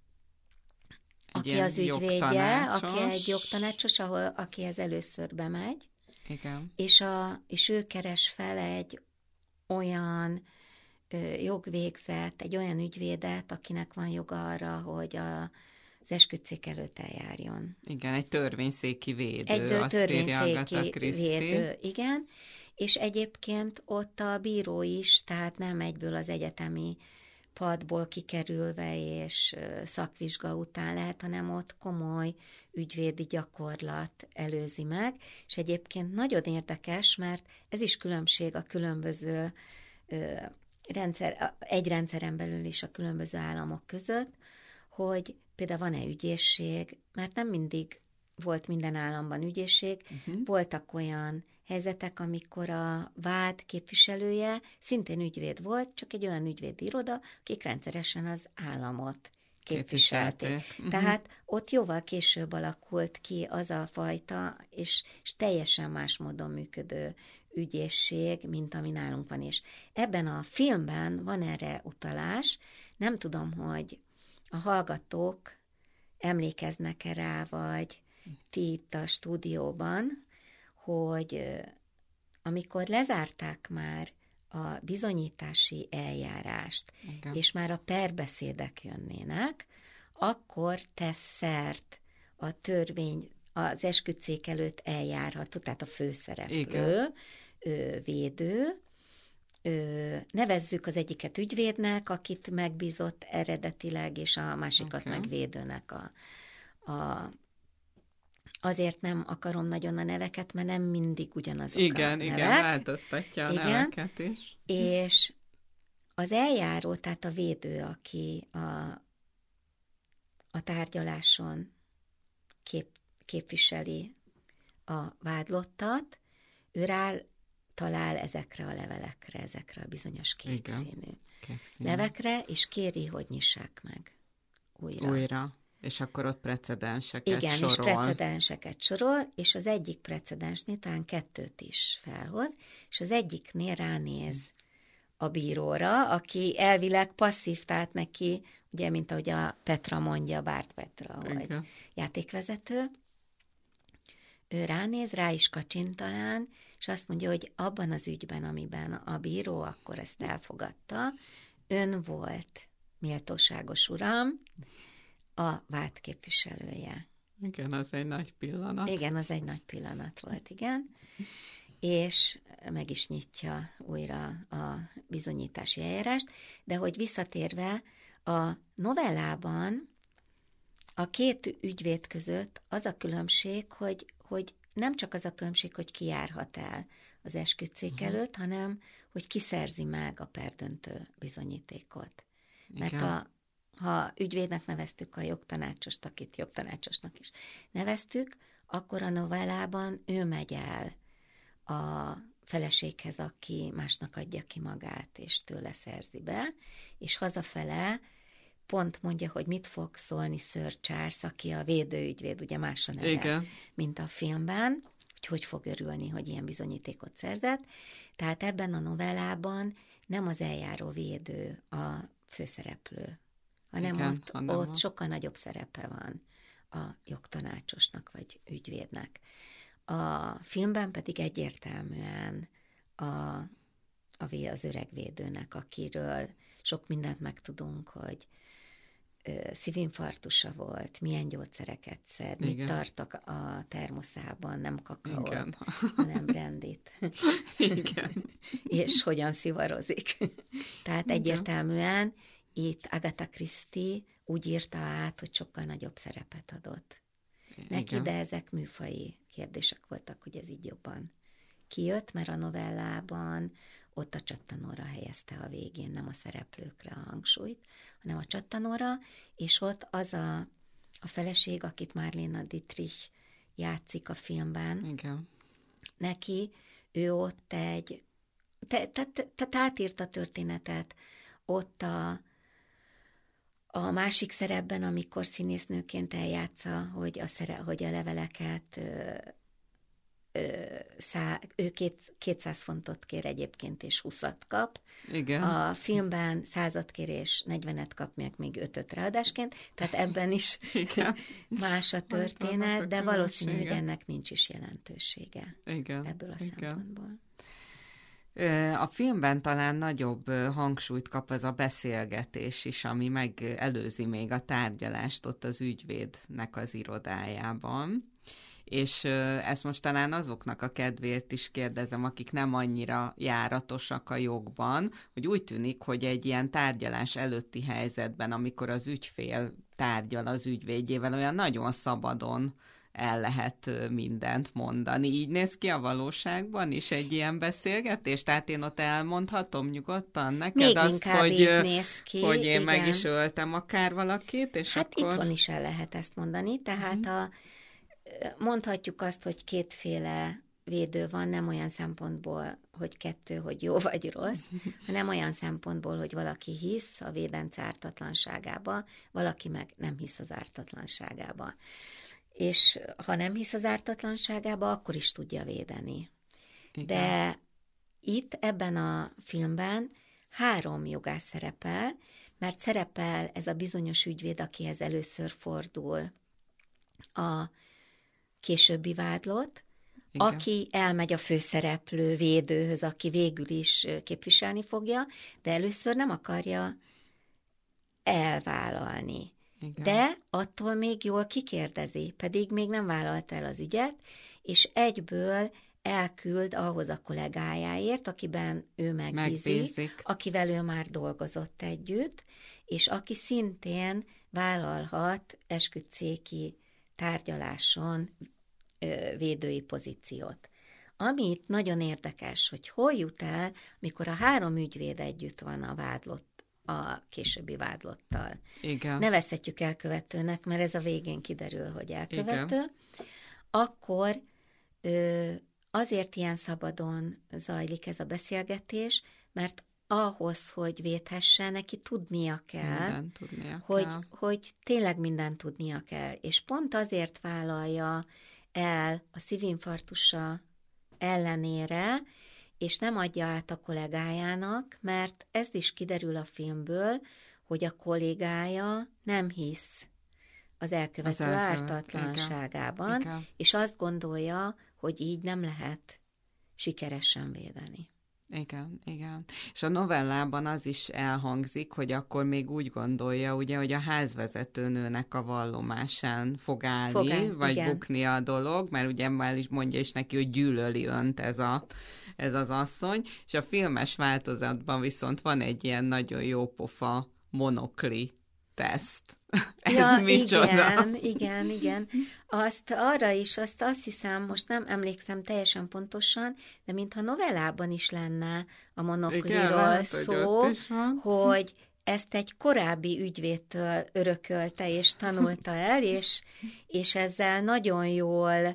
az ügyvédje, aki egy jogtanácsos, akihez először bemegy, igen, és ő keres fel egy olyan jogvégzett, egy olyan ügyvédet, akinek van joga arra, hogy az esküdtszék előtt eljárjon. Igen, egy törvényszéki védő. Egy törvényszéki védő, igen. És egyébként ott a bíró is, tehát nem egyből az egyetemi padból kikerülve és szakvizsga után lehet, hanem ott komoly ügyvédi gyakorlat előzi meg, és egyébként nagyon érdekes, mert ez is különbség a különböző egy rendszeren belül is a különböző államok között, hogy például van-e ügyészség, mert nem mindig volt minden államban ügyészség, voltak olyan helyzetek, amikor a vád képviselője szintén ügyvéd volt, csak egy olyan ügyvédi iroda, akik rendszeresen az államot képviselték. Tehát ott jóval később alakult ki az a fajta, és teljesen más módon működő ügyészség, mint ami nálunk van is. Ebben a filmben van erre utalás, nem tudom, hogy a hallgatók emlékeznek-e rá, vagy ti itt a stúdióban, hogy amikor lezárták már a bizonyítási eljárást, igen, és már a perbeszédek jönnének, akkor tesz szert a törvény, az esküdtszék előtt eljárható, tehát a főszereplő, védő, nevezzük az egyiket ügyvédnek, akit megbízott eredetileg, és a másikat meg védőnek. Azért nem akarom nagyon a neveket, mert nem mindig ugyanazok a nevek. Igen, változtatja a neveket is. És az eljáró, tehát a védő, aki a tárgyaláson képviseli a vádlottat, ő talál ezekre a levelekre, ezekre a bizonyos kékszínű levekre, és kéri, hogy nyissák meg újra. És akkor ott precedenseket sorol. Igen, és precedenseket sorol, és az egyik precedensnél talán 2 is felhoz, és az egyiknél ránéz a bíróra, aki elvileg passzív, tehát neki, ugye, mint ahogy a Petra mondja, Bárt Petra, vagy játékvezető, ő ránéz, rá is kacsint talán, és azt mondja, hogy abban az ügyben, amiben a bíró akkor ezt elfogadta, ön volt, méltóságos uram, a vád képviselője. Igen, az egy nagy pillanat. Igen, az egy nagy pillanat volt, igen. És meg is nyitja újra a bizonyítási eljárást, de hogy visszatérve, a novellában a 2 ügyvéd között az a különbség, hogy nem csak az a különbség, hogy ki járhat el az esküdtszék előtt, hanem hogy ki szerzi meg a perdöntő bizonyítékot. Igen. Mert ha ügyvédnek neveztük a jogtanácsost, akit jogtanácsosnak is neveztük, akkor a novellában ő megy el a feleséghez, aki másnak adja ki magát, és tőle szerzi be, és hazafele pont mondja, hogy mit fog szólni Sir Charles, aki a védőügyvéd, ugye más a neve, igen, mint a filmben, hogy fog örülni, hogy ilyen bizonyítékot szerzett. Tehát ebben a novellában nem az eljáró védő a főszereplő, hanem igen, ott sokkal nagyobb szerepe van a jogtanácsosnak vagy ügyvédnek. A filmben pedig egyértelműen az öreg védőnek, akiről sok mindent megtudunk, hogy szívinfarktusa volt, milyen gyógyszereket szed, mit tartak a termoszában, nem kakaót, hanem brandit. Igen. És hogyan szivarozik. Tehát egyértelműen itt Agatha Christie úgy írta át, hogy sokkal nagyobb szerepet adott neki, de ezek műfaji kérdések voltak, hogy ez így jobban kijött, mert a novellában ott a csattanóra helyezte a végén, nem a szereplőkre a hangsúlyt, hanem a csattanóra, és ott az a feleség, akit Marlene Dietrich játszik a filmben, igen. Neki ő ott tehát átírta a történetet, ott a másik szerepben, amikor színésznőként eljátsza, hogy a leveleket ő 200 fontot kér egyébként, és 20-at kap. Igen. A filmben 100-at kér, és 40-et kap, még 5-öt ráadásként, tehát ebben is más a történet, de valószínű, hogy ennek nincs is jelentősége ebből a szempontból. A filmben talán nagyobb hangsúlyt kap az a beszélgetés is, ami megelőzi még a tárgyalást ott az ügyvédnek az irodájában. És ezt most talán azoknak a kedvéért is kérdezem, akik nem annyira járatosak a jogban, hogy úgy tűnik, hogy egy ilyen tárgyalás előtti helyzetben, amikor az ügyfél tárgyal az ügyvédjével, olyan nagyon szabadon el lehet mindent mondani. Így néz ki a valóságban is egy ilyen beszélgetés? Tehát én ott elmondhatom nyugodtan neked még azt, hogy én meg is öltem akár valakit, és hát akkor... itthon is el lehet ezt mondani, tehát mondhatjuk azt, hogy kétféle védő van, nem olyan szempontból, hogy 2, hogy jó vagy rossz, hanem olyan szempontból, hogy valaki hisz a védenc ártatlanságába, valaki meg nem hisz az ártatlanságába. És ha nem hisz az ártatlanságába, akkor is tudja védeni. Igen. De itt ebben a filmben 3 jogász szerepel, mert szerepel ez a bizonyos ügyvéd, akihez először fordul a későbbi vádlott, igen. Aki elmegy a főszereplő védőhöz, aki végül is képviselni fogja, de először nem akarja elvállalni. Igen. De attól még jól kikérdezi, pedig még nem vállalt el az ügyet, és egyből elküld ahhoz a kollégájáért, akiben ő megbízik, akivel ő már dolgozott együtt, és aki szintén vállalhat esküdtszéki tárgyaláson védői pozíciót. Ami itt nagyon érdekes, hogy hol jut el, mikor a 3 ügyvéd együtt van a későbbi vádlottal. Igen. Nevezhetjük elkövetőnek, mert ez a végén kiderül, hogy elkövető. Igen. Akkor azért ilyen szabadon zajlik ez a beszélgetés, mert ahhoz, hogy védhesse, neki tudnia kell, hogy tényleg mindent tudnia kell. És pont azért vállalja el a szívinfarktusa ellenére, és nem adja át a kollégájának, mert ez is kiderül a filmből, hogy a kollégája nem hisz az elkövető ártatlanságában, igen. És azt gondolja, hogy így nem lehet sikeresen védeni. Igen. És a novellában az is elhangzik, hogy akkor még úgy gondolja, ugye, hogy a házvezetőnőnek a vallomásán fog állni, vagy igen. Bukni a dolog, mert ugye már is mondja is neki, hogy gyűlöli önt ez az asszony, és a filmes változatban viszont van egy ilyen nagyon jó pofa monokli teszt. Ez micsoda? Igen. Azt hiszem, most nem emlékszem teljesen pontosan, de mintha novellában is lenne a monokliról szó, hogy ezt egy korábbi ügyvédtől örökölte és tanulta el, és ezzel nagyon jól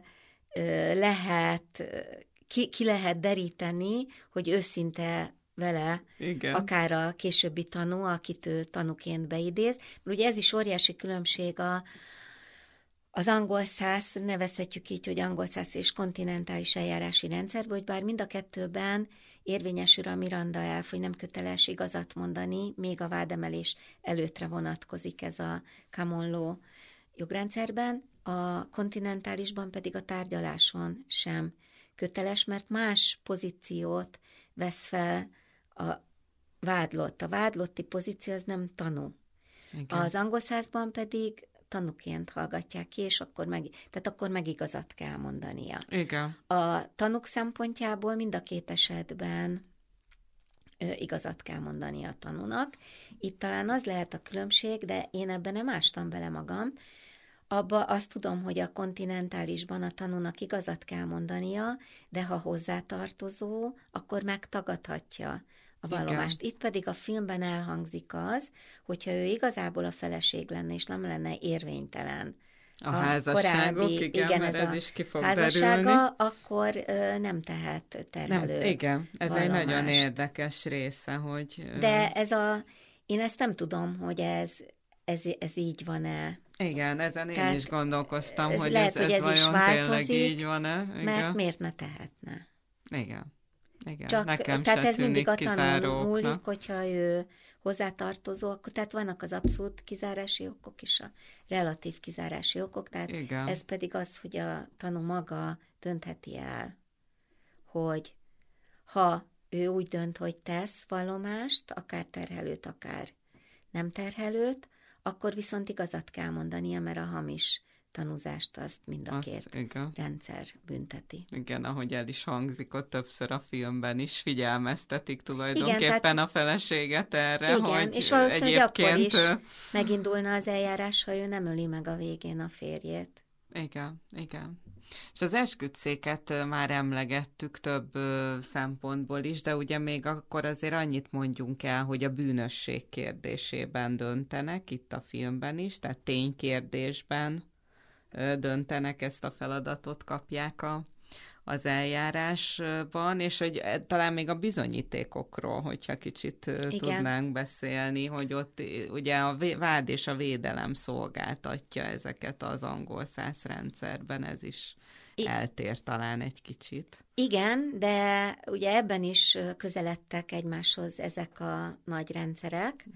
ki lehet deríteni, hogy őszinte vele, igen. Akár a későbbi tanú, akit ő tanúként beidéz. Mert ugye ez is óriási különbség az angol szász, nevezhetjük így, hogy angol szász és kontinentális eljárási rendszerben, hogy bár mind a kettőben érvényesül a Miranda elv, hogy nem köteles igazat mondani, még a vádemelés előttre vonatkozik ez a common law jogrendszerben, a kontinentálisban pedig a tárgyaláson sem köteles, mert más pozíciót vesz fel a vádlott. A vádlotti pozíció az nem tanú. Igen. Az angol százban pedig tanúként hallgatják ki, és akkor meg igazat kell mondania. Igen. A tanúk szempontjából mind a két esetben igazat kell mondani a tanúnak. Itt talán az lehet a különbség, de én ebben nem ástam bele magam. Abba azt tudom, hogy a kontinentálisban a tanúnak igazat kell mondania, de ha hozzátartozó, akkor megtagadhatja a vallomást. Itt pedig a filmben elhangzik az, hogyha ő igazából a feleség lenne, és nem lenne érvénytelen a házasságok, korábbi, igen, ez is ki fog házassága, derülni. akkor nem tehet terhelő. Nem, igen, ez vallomást. egy nagyon érdekes része, hogy... De én ezt nem tudom, hogy ez így van-e. Igen, ezen én Tehát is gondolkoztam, hogy lehet, ez hogy ez is vajon változik, tényleg így van-e. Igen. Mert miért ne tehetne? Igen. Csak, nekem tehát se ez mindig a tűnik tanulón múlik, hogyha ő hozzátartozó, akkor tehát vannak az abszolút kizárási okok és a relatív kizárási okok, tehát igen. Ez pedig az, hogy a tanú maga döntheti el, hogy ha ő úgy dönt, hogy tesz vallomást, akár terhelőt, akár nem terhelőt, akkor viszont igazat kell mondania, mert a hamis tanúzást azt mind a két rendszer bünteti. Igen, ahogy el is hangzik ott többször a filmben is, figyelmeztetik tulajdonképpen a feleséget erre, igen, hogy és valószínűleg egyébként... akkor is megindulna az eljárás, ha ő nem öli meg a végén a férjét. Igen. És az esküdtszéket már emlegettük több szempontból is, de ugye még akkor azért annyit mondjunk el, hogy a bűnösség kérdésében döntenek, itt a filmben is, tehát ténykérdésben döntenek, ezt a feladatot kapják az eljárásban, és hogy talán még a bizonyítékokról, hogyha kicsit tudnánk beszélni, hogy ott ugye a vád és a védelem szolgáltatja ezeket az angol száz rendszerben, ez is eltér talán egy kicsit. Igen, de ugye ebben is közeledtek egymáshoz ezek a nagy rendszerek,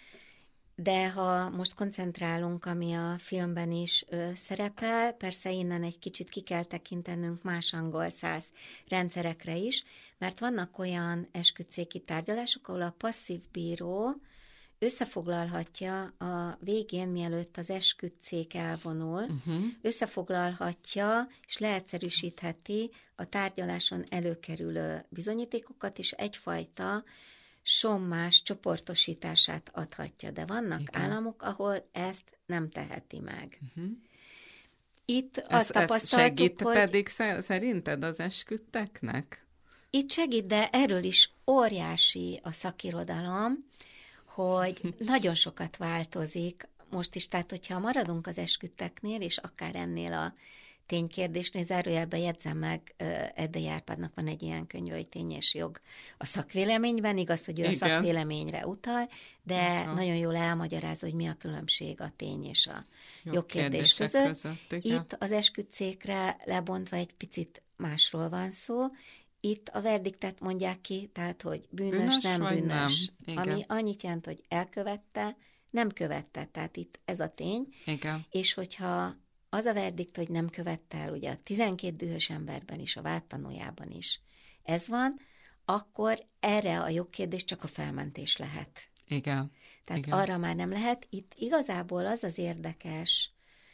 de ha most koncentrálunk, ami a filmben is szerepel, persze innen egy kicsit ki kell tekintenünk más angol száz rendszerekre is, mert vannak olyan esküdtszéki tárgyalások, ahol a passzív bíró összefoglalhatja a végén, mielőtt az esküdtszék elvonul, összefoglalhatja és leegyszerűsítheti a tárgyaláson előkerülő bizonyítékokat, és egyfajta sommás csoportosítását adhatja, de vannak államok, ahol ezt nem teheti meg. Itt azt tapasztaltuk, segít hogy... pedig szerinted az esküdteknek? Itt segít, de erről is óriási a szakirodalom, hogy nagyon sokat változik. Most is, tehát hogyha maradunk az esküdteknél, és akár ennél a ténykérdésnél, zárójelben jegyzem meg, Erdei Árpádnak van egy ilyen könyv, hogy Tény és jog a szakvéleményben, igaz, hogy ő a szakvéleményre utal, de nagyon jól elmagyarázza, hogy mi a különbség a tény és a jogkérdés között. Itt az esküdtszékre lebontva egy picit másról van szó. Itt a verdiktet mondják ki, tehát, hogy bűnös nem bűnös. Ami annyit jelent, hogy elkövette, nem követte, tehát itt ez a tény. Igen. És hogyha az a verdikt, hogy nem követte el, ugye a 12 dühös emberben is, a vádtanújában is ez van, akkor erre a jogkérdés csak a felmentés lehet. Igen. Tehát arra már nem lehet. Itt igazából az az érdekes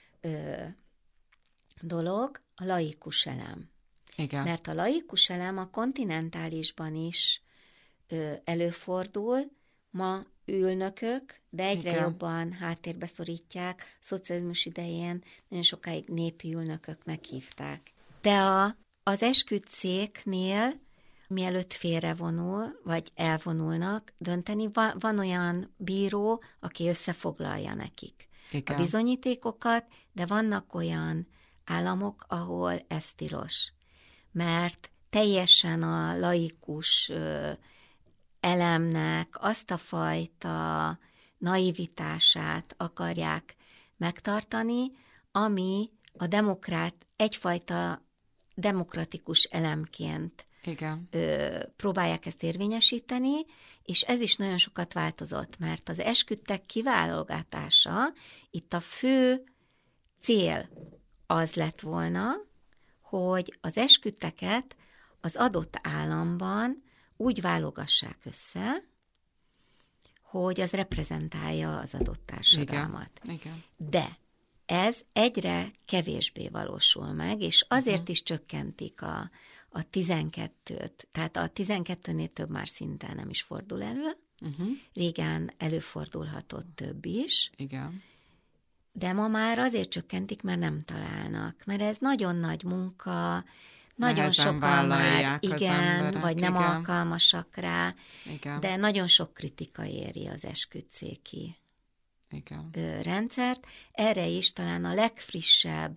dolog, a laikus elem. Igen. Mert a laikus elem a kontinentálisban is előfordul, ma ülnökök, de egyre jobban háttérbe szorítják. Szocializmus idején nagyon sokáig népi ülnököknek hívták. De az esküdtszéknél, mielőtt félrevonul, vagy elvonulnak dönteni, van olyan bíró, aki összefoglalja nekik a bizonyítékokat, de vannak olyan államok, ahol ez tilos. Mert teljesen a laikus elemnek azt a fajta naivitását akarják megtartani, ami a egyfajta demokratikus elemként próbálják ezt érvényesíteni, és ez is nagyon sokat változott, mert az esküdtek kiválogatása, itt a fő cél az lett volna, hogy az esküdteket az adott államban úgy válogassák össze, hogy az reprezentálja az adott társadalmat. Igen. De ez egyre kevésbé valósul meg, és azért is csökkentik a 12-t, tehát a 12-nél több már szinten nem is fordul elő. Régen előfordulhatott több is. Igen. De ma már azért csökkentik, mert nem találnak. Mert ez nagyon nagy munka, nagyon sokan már igen, vagy nem alkalmasak rá, igen. De nagyon sok kritika éri az esküdtszéki rendszert. Erre is talán a legfrissebb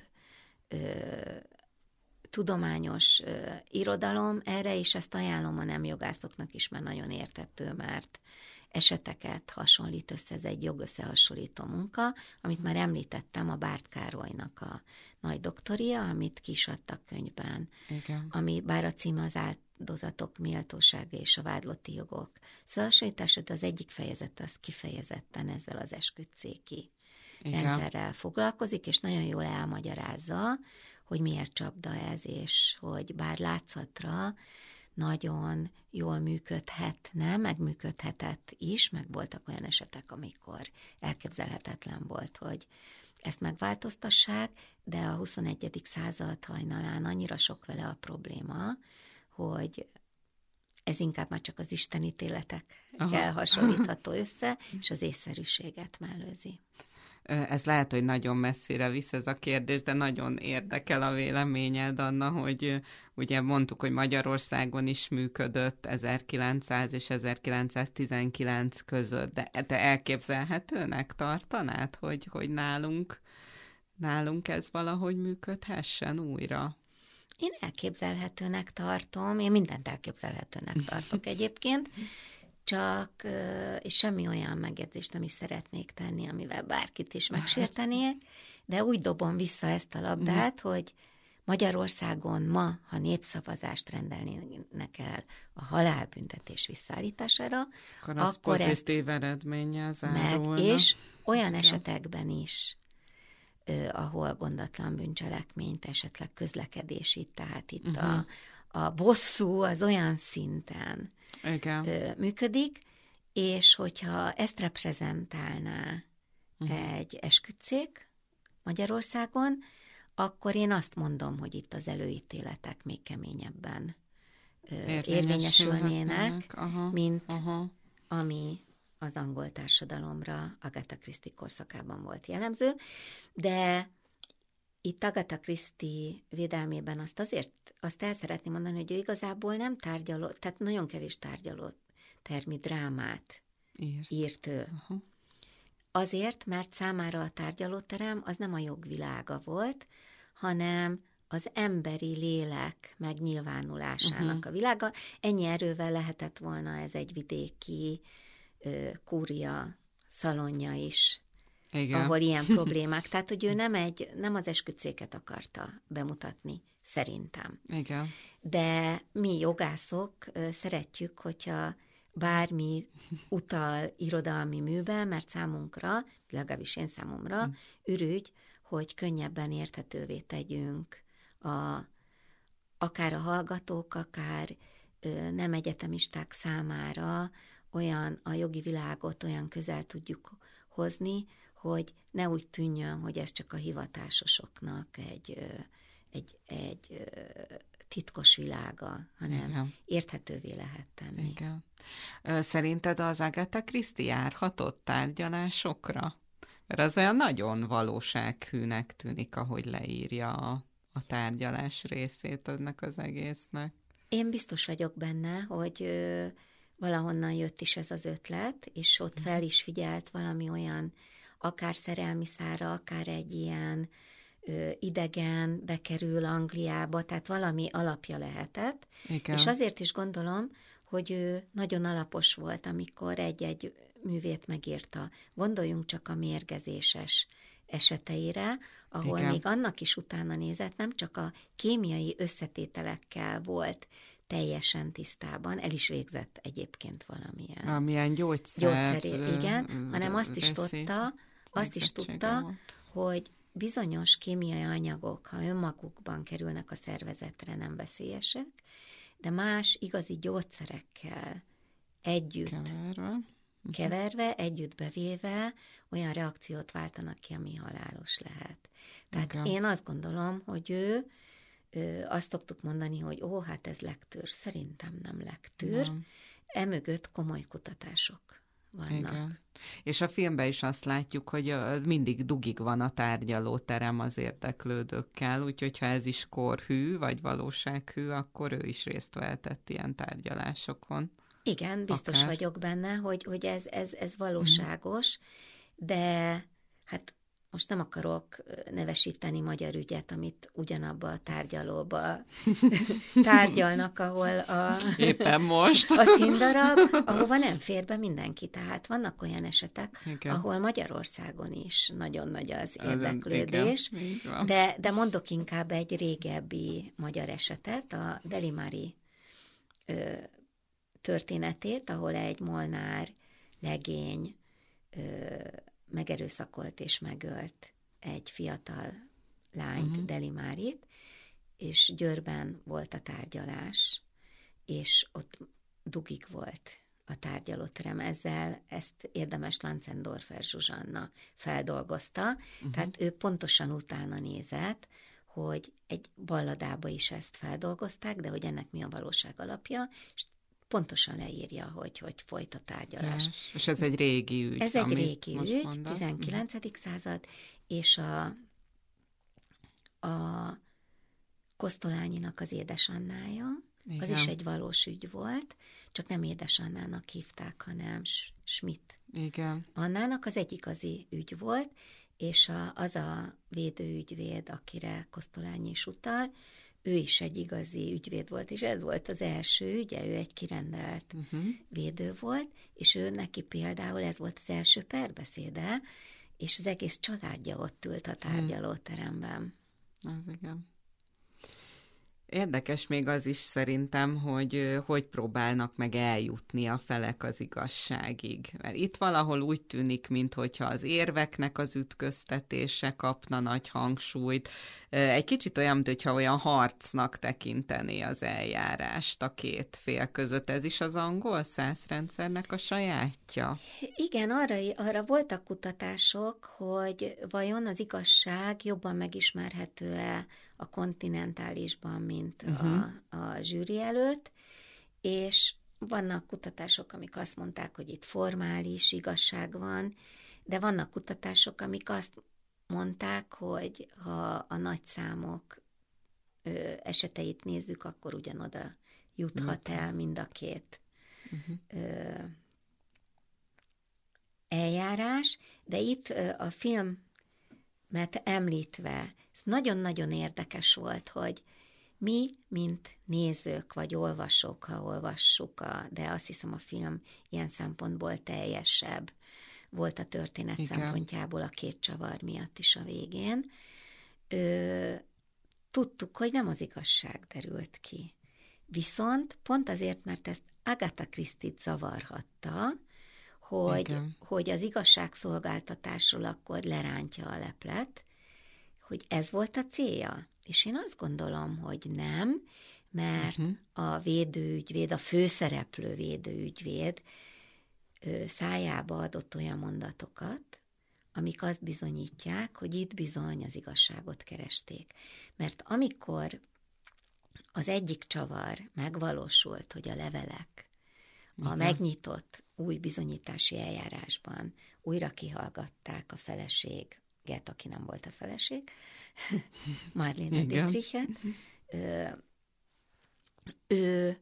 tudományos irodalom, erre is ezt ajánlom a nem jogászoknak is, mert nagyon érthető, mert eseteket hasonlít össze, ez egy jogösszehasonlító munka, amit már említettem, a Bárd Károlynak a nagy doktoria, amit ki is adtak könyvben, ami bár a címe az áldozatok méltósága és a vádlotti jogok összehasonlítása, de az egyik fejezet az kifejezetten ezzel az esküdtszéki rendszerrel foglalkozik, és nagyon jól elmagyarázza, hogy miért csapda ez, és hogy bár látszatra nagyon jól működhetne, meg működhetett is, meg voltak olyan esetek, amikor elképzelhetetlen volt, hogy ezt megváltoztassák, de a 21. század hajnalán annyira sok vele a hogy ez inkább már csak az istenítéletekkel hasonlítható össze, és az észszerűséget mellőzi. Ez lehet, hogy nagyon messzire visz ez a kérdés, de nagyon érdekel a véleményed, Anna, hogy ugye mondtuk, hogy Magyarországon is működött 1900 és 1919 között, de te elképzelhetőnek tartanád, hogy nálunk ez valahogy működhessen újra? Én elképzelhetőnek tartom, én mindent elképzelhetőnek tartok egyébként, csak, és semmi olyan megjegyzést nem is szeretnék tenni, amivel bárkit is megsértenék, de úgy dobom vissza ezt a labdát, hogy Magyarországon ma, ha népszavazást rendelnének el a halálbüntetés visszaállítására, akkor pozitív eredménnyel zárulna. És olyan esetekben is, ahol gondatlan bűncselekményt, esetleg közlekedési, tehát itt a bosszú az olyan szinten működik, és hogyha ezt reprezentálná egy esküdtszék Magyarországon, akkor én azt mondom, hogy itt az előítéletek még keményebben érvényesülnének, mint ami az angol társadalomra Agatha Christie korszakában volt jellemző, de itt Agatha Christie védelmében azt el szeretném mondani, hogy ő igazából nem tárgyaló, tehát nagyon kevés tárgyaló termi drámát írt ő. Azért, mert számára a tárgyalóterem az nem a jogvilága volt, hanem az emberi lélek megnyilvánulásának a világa. Ennyi erővel lehetett volna ez egy vidéki kúria szalonja is, ahol ilyen problémák. Tehát, hogy ő nem az esküdtszéket akarta bemutatni, szerintem. Igen. De mi jogászok szeretjük, hogyha bármi utal irodalmi műben, mert számunkra, legalábbis én számomra, ürügy, hogy könnyebben érthetővé tegyünk akár a hallgatók, akár nem egyetemisták számára olyan a jogi világot olyan közel tudjuk hozni, hogy ne úgy tűnjön, hogy ez csak a hivatásosoknak egy titkos világa, hanem érthetővé lehet tenni. Igen. Szerinted az Agatha Christie járhatott tárgyalásokra? Mert az olyan nagyon valósághűnek tűnik, ahogy leírja a tárgyalás részét ennek az egésznek. Én biztos vagyok benne, hogy valahonnan jött is ez az ötlet, és ott fel is figyelt valami olyan, akár szerelmi szára, akár egy ilyen idegen bekerül Angliába, tehát valami alapja lehetett. Igen. És azért is gondolom, hogy ő nagyon alapos volt, amikor egy-egy művét megírta. Gondoljunk csak a mérgezéses eseteire, ahol még annak is utána nézett, nem csak a kémiai összetételekkel volt teljesen tisztában, el is végzett egyébként valamilyen gyógyszer, igen, hanem azt is tudta, hogy bizonyos kémiai anyagok, ha önmagukban kerülnek a szervezetre, nem veszélyesek, de más igazi gyógyszerekkel együtt keverve, együttbevéve olyan reakciót váltanak ki, ami halálos lehet. Tehát én azt gondolom, hogy ő azt szoktuk mondani, hogy hát ez lektűr. Szerintem nem lektűr. Emögött komoly kutatások vannak. Igen. És a filmben is azt látjuk, hogy mindig dugig van a tárgyalóterem az érdeklődőkkel, úgyhogy ha ez is korhű, vagy valósághű, akkor ő is részt vehetett ilyen tárgyalásokon. Igen, biztos vagyok benne, hogy ez valóságos, de hát most nem akarok nevesíteni magyar ügyet, amit ugyanabba a tárgyalóba tárgyalnak, ahol éppen most a színdarab, ahova nem fér be mindenki. Tehát vannak olyan esetek, ahol Magyarországon is nagyon nagy az érdeklődés, de mondok inkább egy régebbi magyar esetet, a Delimári történetét, ahol egy Molnár legény megerőszakolt és megölt egy fiatal lányt, Delimárit, és Győrben volt a tárgyalás, és ott dugig volt a tárgyalóterem. Ezt érdemes Lanzendorfer Zsuzsanna feldolgozta, tehát ő pontosan utána nézett, hogy egy balladába is ezt feldolgozták, de hogy ennek mi a valóság alapja, és pontosan leírja, hogy folyt a tárgyalás. És ez egy régi ügy. Ez egy régi ügy, 19. század, és a Kosztolányinak az édesannája, az is egy valós ügy volt, csak nem édesannának hívták, hanem Schmidt. Igen. Annának az egy igazi ügy volt, és az a védőügyvéd, akire Kosztolányi is utal, ő is egy igazi ügyvéd volt, és ez volt az első ügye, ő egy kirendelt védő volt, és ő neki például ez volt az első perbeszéde, és az egész családja ott ült a tárgyalóteremben. Az igen. Érdekes még az is szerintem, hogy próbálnak meg eljutni a felek az igazságig. Mert itt valahol úgy tűnik, minthogyha az érveknek az ütköztetése kapna nagy hangsúlyt. Egy kicsit olyan, mintha olyan harcnak tekintené az eljárást a két fél között. Ez is az angol szászrendszernek a sajátja? Igen, arra voltak kutatások, hogy vajon az igazság jobban megismerhető-e a kontinentálisban, mint a zsűri előtt, és vannak kutatások, amik azt mondták, hogy itt formális igazság van, de vannak kutatások, amik azt mondták, hogy ha a nagyszámok eseteit nézzük, akkor ugyanoda juthat el mind a két eljárás, de itt a filmet említve, ez nagyon-nagyon érdekes volt, hogy mi, mint nézők vagy olvasók, ha olvassuk, de azt hiszem a film ilyen szempontból teljesebb volt a történet szempontjából a két csavar miatt is a végén. Tudtuk, hogy nem az igazság derült ki. Viszont pont azért, mert ezt Agatha Christie-t zavarhatta, hogy az igazságszolgáltatásról akkor lerántja a leplet, hogy ez volt a célja. És én azt gondolom, hogy nem, mert a védőügyvéd, a főszereplő védőügyvéd szájába adott olyan mondatokat, amik azt bizonyítják, hogy itt bizony az igazságot keresték. Mert amikor az egyik csavar megvalósult, hogy a levelek a megnyitott új bizonyítási eljárásban újra kihallgatták a feleséget, aki nem volt a feleség, Marlene Dietrichet, ő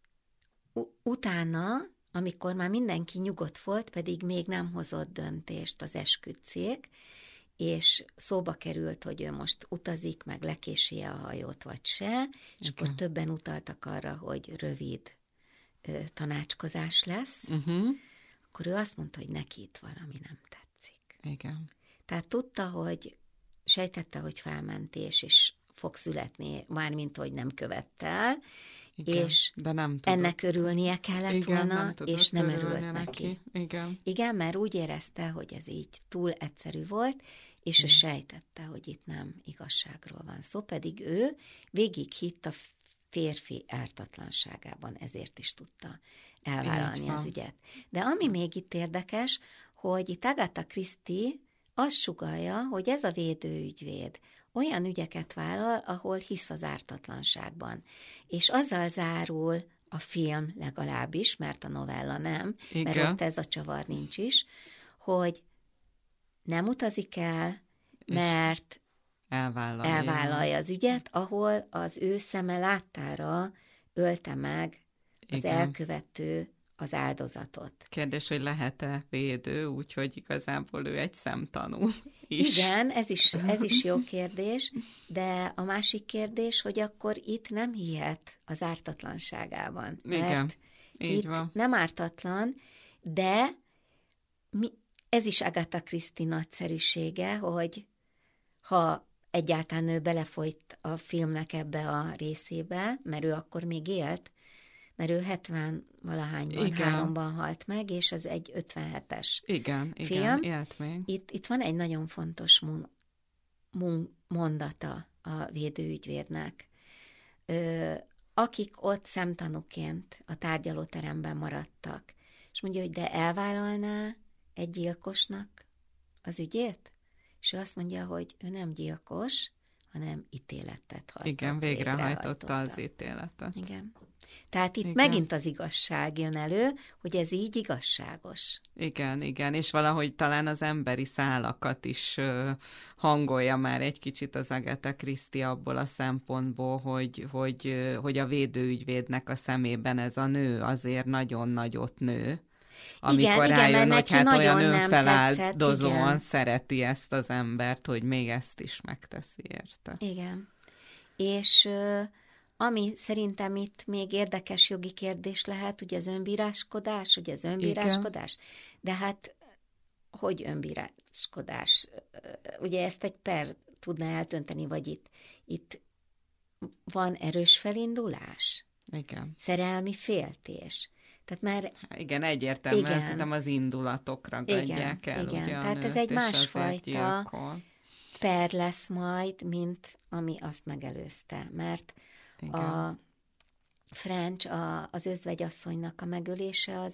utána, amikor már mindenki nyugodt volt, pedig még nem hozott döntést az esküdtszék, és szóba került, hogy ő most utazik, meg lekési a hajót, vagy se, és akkor többen utaltak arra, hogy rövid tanácskozás lesz, akkor ő azt mondta, hogy neki itt valami nem tetszik. Igen. Tehát tudta, hogy sejtette, hogy felmentés is fog születni, mármint, hogy nem követte el, igen, és de nem ennek örülnie kellett volna, és nem örült neki. Igen, mert úgy érezte, hogy ez így túl egyszerű volt, és ő sejtette, hogy itt nem igazságról van szó, pedig ő végig hitt a férfi ártatlanságában, ezért is tudta elvállalni az ügyet. De ami még itt érdekes, hogy itt Agatha Christie azt sugallja, hogy ez a védőügyvéd olyan ügyeket vállal, ahol hisz az ártatlanságban. És azzal zárul a film legalábbis, mert a novella nem, igen, mert ott ez a csavar nincs is, hogy nem utazik el, mert elvállalja az ügyet, ahol az ő szeme láttára ölte meg az igen, elkövető az áldozatot. Kérdés, hogy lehet-e védő, úgyhogy igazából ő egy szemtanú is. Igen, ez is jó kérdés, de a másik kérdés, hogy akkor itt nem hihet az ártatlanságában. Igen, így itt van. Nem ártatlan, de ez is Agatha Christie nagyszerűsége, hogy ha egyáltalán ő belefolyt a filmnek ebbe a részébe, mert ő akkor még élt, mert ő 70-valahányban, 3-ban halt meg, és ez egy 57-es film. Igen, élt még. Itt van egy nagyon fontos mondata a védőügyvédnek. Akik ott szemtanúként a tárgyalóteremben maradtak, és mondja, hogy de elvállalná egy gyilkosnak az ügyét? És ő azt mondja, hogy ő nem gyilkos, hanem ítéletet hajtott. Igen, végrehajtotta az ítéletet. Igen. Tehát itt megint az igazság jön elő, hogy ez így igazságos. Igen, és valahogy talán az emberi szálakat is hangolja már egy kicsit az Agatha Christie abból a szempontból, hogy a védőügyvédnek a szemében ez a nő azért nagyon nagyot nő. Amikor rájön, hogy hát olyan önfeláldozóan szereti ezt az embert, hogy még ezt is megteszi érte. Igen. És ami szerintem itt még érdekes jogi kérdés lehet, ugye az önbíráskodás, igen, de hát hogy önbíráskodás? Ugye ezt egy per tudna eltönteni, vagy itt van erős felindulás? Igen. Szerelmi féltés? Tehát már... Igen, egyértelműen szerintem az indulatokra ragadják el. Igen, ugye tehát ez egy másfajta per lesz majd, mint ami azt megelőzte, mert igen, a French, az özvegyasszonynak a megölése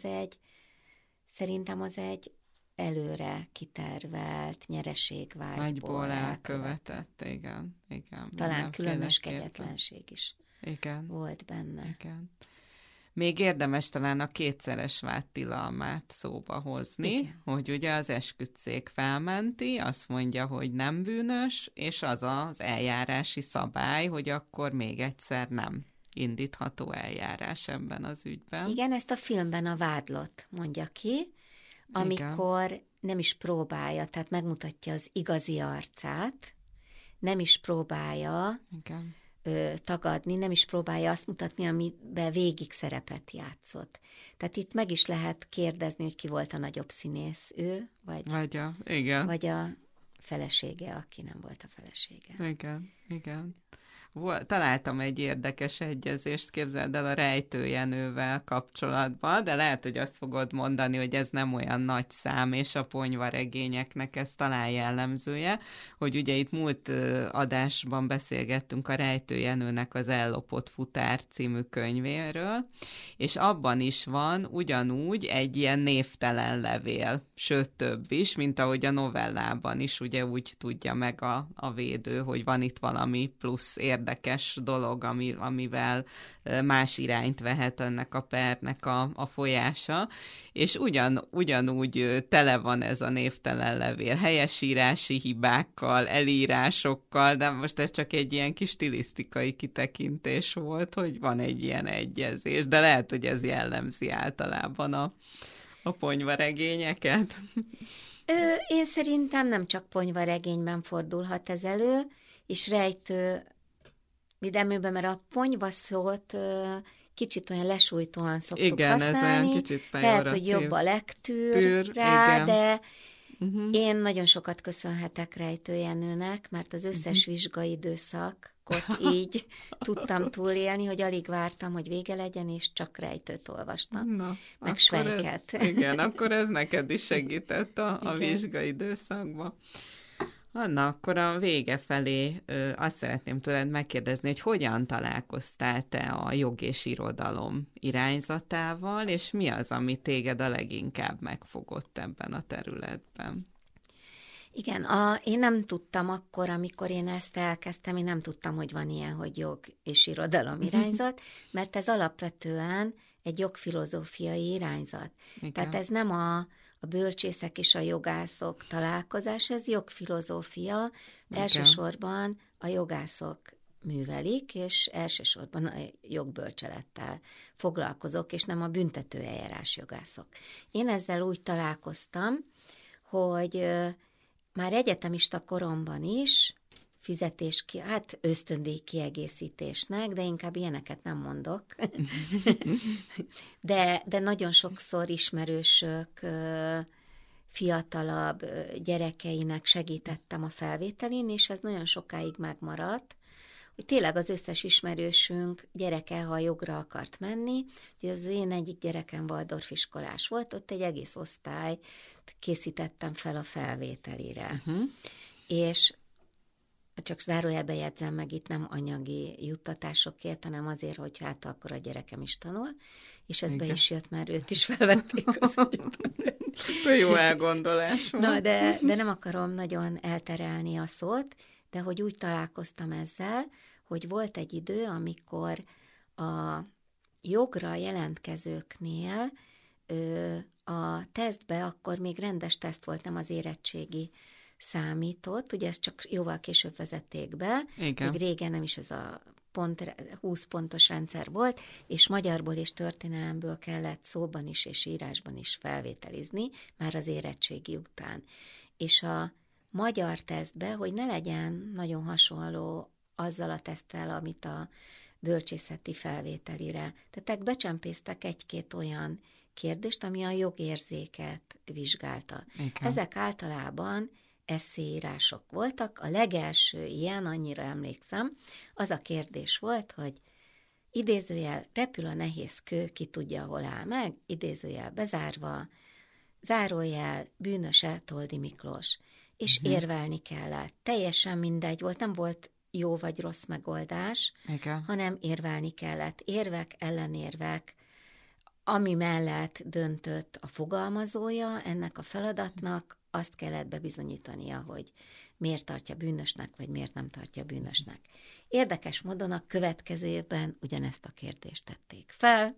szerintem az egy előre kitervelt nyereségvágyból nagyból elkövetett, igen. Talán különös kegyetlenség is volt benne. Igen. Még érdemes talán a kétszeres vádtilalmát szóba hozni, igen, hogy ugye az esküdtszék felmenti, azt mondja, hogy nem bűnös, és az az eljárási szabály, hogy akkor még egyszer nem indítható eljárás ebben az ügyben. Igen, ezt a filmben a vádlott mondja ki, amikor igen, nem is próbálja, tehát megmutatja az igazi arcát, nem is próbálja igen, tagadni, nem is próbálja azt mutatni, amiben végig szerepet játszott. Tehát itt meg is lehet kérdezni, hogy ki volt a nagyobb színész, ő, vagy a felesége, aki nem volt a felesége. Igen. Találtam egy érdekes egyezést, képzeld el, a Rejtőjenővel kapcsolatban, de lehet, hogy azt fogod mondani, hogy ez nem olyan nagy szám, és a ponyvaregényeknek ez talán jellemzője, hogy ugye itt múlt adásban beszélgettünk a Rejtőjenőnek az Ellopott futár című könyvéről, és abban is van ugyanúgy egy ilyen névtelen levél, sőt több is, mint ahogy a novellában is, ugye úgy tudja meg a védő, hogy van itt valami plusz érdekes dolog, amivel más irányt vehet ennek a pernek a folyása, és ugyanúgy tele van ez a névtelen levél, helyesírási hibákkal, elírásokkal, de most ez csak egy ilyen kis stilisztikai kitekintés volt, hogy van egy ilyen egyezés, de lehet, hogy ez jellemzi általában a ponyvaregényeket. Én szerintem nem csak ponyvaregényben fordulhat ez elő, és rejtő videműben, mert a ponyva szót kicsit olyan lesújtóan szoktuk használni. Igen, kicsit pejoratív. Lehet, hogy jobb a legtűr rá, igen, de én nagyon sokat köszönhetek Rejtőjenőnek, mert az összes vizsgai időszakot így tudtam túlélni, hogy alig vártam, hogy vége legyen, és csak Rejtőt olvastam, meg Svejket. Igen, akkor ez neked is segített a vizsgai időszakban. Anna, akkor a vége felé azt szeretném tőled megkérdezni, hogy hogyan találkoztál te a jog és irodalom irányzatával, és mi az, ami téged a leginkább megfogott ebben a területben? Igen, én nem tudtam akkor, amikor én ezt elkezdtem, én nem tudtam, hogy van ilyen, hogy jog és irodalom irányzat, mert ez alapvetően egy jogfilozófiai irányzat. Igen. Tehát ez nem a bölcsészek és a jogászok találkozás, ez jogfilozófia, igen. Elsősorban a jogászok művelik, és elsősorban a jogbölcselettel foglalkozok, és nem a büntetőeljárás jogászok. Én ezzel úgy találkoztam, hogy már egyetemista koromban is ösztöndíj kiegészítésnek, de inkább ilyeneket nem mondok. de nagyon sokszor ismerősök, fiatalabb gyerekeinek segítettem a felvételin, és ez nagyon sokáig megmaradt, hogy tényleg az összes ismerősünk gyereke, ha jogra akart menni, ugye az én egyik gyerekem Waldorf iskolás volt, ott egy egész osztály készítettem fel a felvételire. És csak zárójelbe jegyzem meg, itt nem anyagi juttatásokért, hanem azért, hogy hát akkor a gyerekem is tanul, és ez be is jött, mert őt is felvették az egyetemre. Jó elgondolás. Na, de nem akarom nagyon elterelni a szót, de hogy úgy találkoztam ezzel, hogy volt egy idő, amikor a jogra jelentkezőknél a tesztbe, akkor még rendes teszt volt, nem az érettségi számított, ugye ezt csak jóval később vezették be, még régen nem is ez a 20 pontos rendszer volt, és magyarból és történelemből kellett szóban is és írásban is felvételizni, már az érettségi után. És a magyar tesztbe, hogy ne legyen nagyon hasonló azzal a teszttel, amit a bölcsészeti felvételire. Tehát becsempésztek egy-két olyan kérdést, ami a jogérzéket vizsgálta. Igen. Ezek általában esszéírások voltak. A legelső ilyen, annyira emlékszem, az a kérdés volt, hogy idézőjel repül a nehéz kő, ki tudja, hol áll meg, idézőjel bezárva, zárójel bűnöse Toldi Miklós. És érvelni kellett. Teljesen mindegy volt, nem volt jó vagy rossz megoldás, hanem érvelni kellett. Érvek, ellenérvek, ami mellett döntött a fogalmazója ennek a feladatnak, azt kellett bebizonyítania, hogy miért tartja bűnösnek, vagy miért nem tartja bűnösnek. Érdekes módon a következő évben ugyanezt a kérdést tették fel,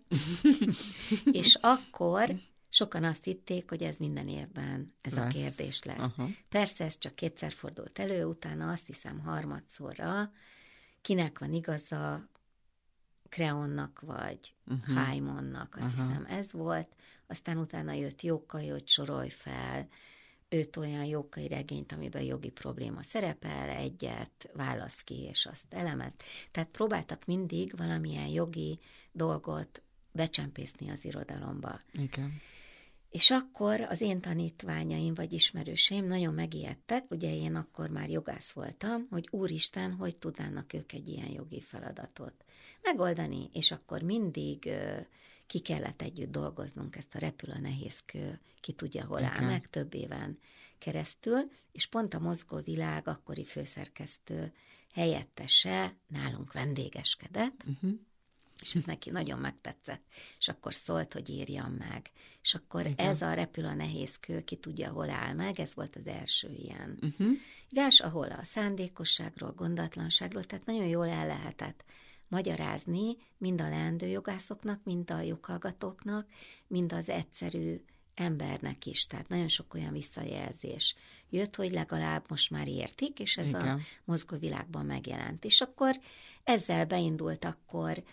és akkor sokan azt hitték, hogy ez minden évben ez a kérdés lesz. Persze ez csak kétszer fordult elő, utána azt hiszem harmadszorra, kinek van igaza, Kreonnak vagy Haimonnak, azt hiszem ez volt, aztán utána jött Jókai, hogy sorolj fel 5 olyan Jókai regényt, amiben jogi probléma szerepel, egyet válasz ki, és azt elemezd. Tehát próbáltak mindig valamilyen jogi dolgot becsempészni az irodalomba. Igen. És akkor az én tanítványaim vagy ismerőseim nagyon megijedtek, ugye én akkor már jogász voltam, hogy úristen, hogy tudnának ők egy ilyen jogi feladatot megoldani, és akkor mindig ki kellett együtt dolgoznunk ezt a repül a nehézkő, ki tudja, hol áll meg, több éven keresztül, és pont a Mozgó Világ akkori főszerkesztő helyettese nálunk vendégeskedett, és ez neki nagyon megtetszett, és akkor szólt, hogy írjam meg. És akkor ez a repül a nehézkő, ki tudja, hol áll meg, ez volt az első ilyen írás, ahol a szándékosságról, gondatlanságról, tehát nagyon jól el lehetett magyarázni mind a leendő jogászoknak, mind a joghallgatóknak, mind az egyszerű embernek is. Tehát nagyon sok olyan visszajelzés jött, hogy legalább most már értik, és ez a Mozgó Világban megjelent. És akkor ezzel beindult akkor.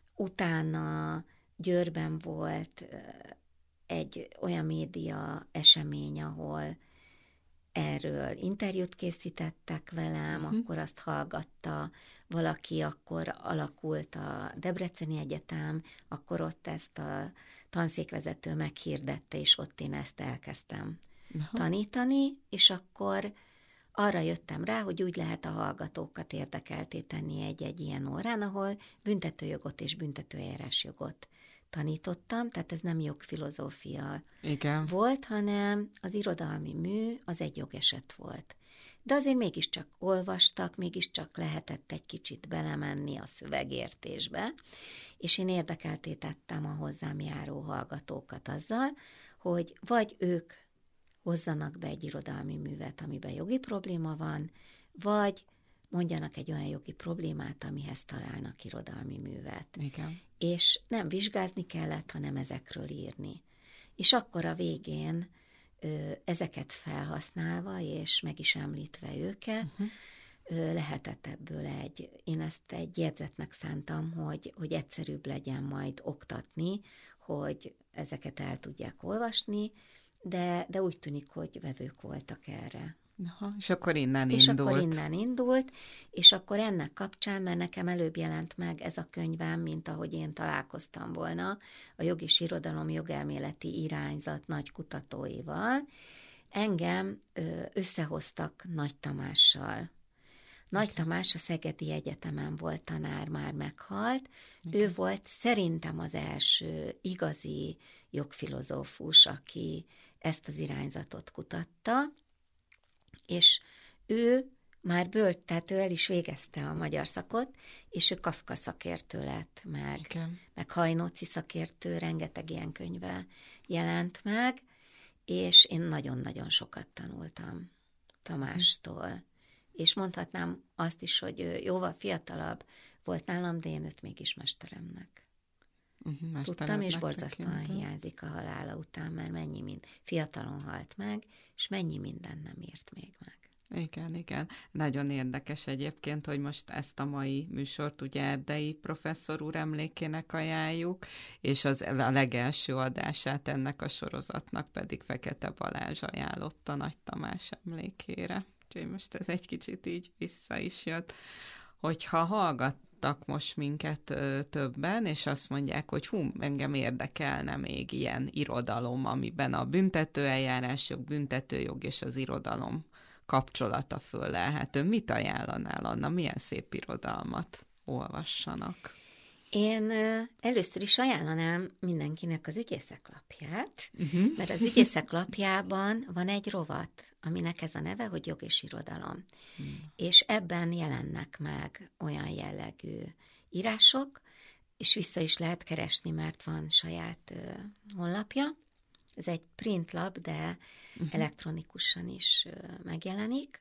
Utána Győrben volt egy olyan média esemény, ahol erről interjút készítettek velem, akkor azt hallgatta valaki, akkor alakult a Debreceni Egyetem, akkor ott ezt a tanszékvezető meghirdette, és ott én ezt elkezdtem tanítani, és akkor arra jöttem rá, hogy úgy lehet a hallgatókat érdekelté tenni egy ilyen órán, ahol büntetőjogot és büntetőeljárásjogot tanítottam, tehát ez nem jogfilozófia volt, hanem az irodalmi mű az egy jogeset volt. de azért mégiscsak olvastak, mégiscsak lehetett egy kicsit belemenni a szövegértésbe, és én érdekelté tettem a hozzám járó hallgatókat azzal, hogy vagy ők hozzanak be egy irodalmi művet, amiben jogi probléma van, vagy mondjanak egy olyan jogi problémát, amihez találnak irodalmi művet. Igen. És nem vizsgázni kellett, hanem ezekről írni. És akkor a végén ezeket felhasználva, és meg is említve őket, lehetett ebből én ezt egy jegyzetnek szántam, hogy egyszerűbb legyen majd oktatni, hogy ezeket el tudják olvasni, de úgy tűnik, hogy vevők voltak erre. Aha, és akkor innen indult, és akkor ennek kapcsán, mert nekem előbb jelent meg ez a könyvem, mint ahogy én találkoztam volna a Jog és Irodalom jogelméleti irányzat nagy kutatóival, engem összehoztak Nagy Tamással. Nagy Tamás a Szegedi Egyetemen volt tanár, már meghalt. Ő volt szerintem az első igazi jogfilozófus, aki ezt az irányzatot kutatta, és ő már tehát ő el is végezte a magyar szakot, és ő Kafka szakértő lett, meg Hajnóci szakértő, rengeteg ilyen könyve jelent meg, és én nagyon-nagyon sokat tanultam Tamástól. És mondhatnám azt is, hogy ő jóval fiatalabb volt nálam, de én őt mégis mesteremnek. Tudtam, és borzasztóan hiányzik a halála után, mert fiatalon halt meg, és mennyi minden nem írt még meg. Igen. Nagyon érdekes egyébként, hogy most ezt a mai műsort ugye Erdei professzor úr emlékének ajánljuk, és a legelső adását ennek a sorozatnak pedig Fekete Balázs ajánlotta Nagy Tamás emlékére. Úgyhogy most ez egy kicsit így vissza is jött. Hogyha hallgattak most minket többen, és azt mondják, hogy engem érdekelne még ilyen irodalom, amiben a büntetőeljárásjog, büntetőjog és az irodalom kapcsolata föllelhető. Mit ajánlanál, Anna? Milyen szép irodalmat olvassanak? Én először is ajánlanám mindenkinek az Ügyészek lapját, mert az Ügyészek lapjában van egy rovat, aminek ez a neve, hogy Jog és Irodalom. És ebben jelennek meg olyan jellegű írások, és vissza is lehet keresni, mert van saját honlapja. Ez egy printlap, de elektronikusan is megjelenik.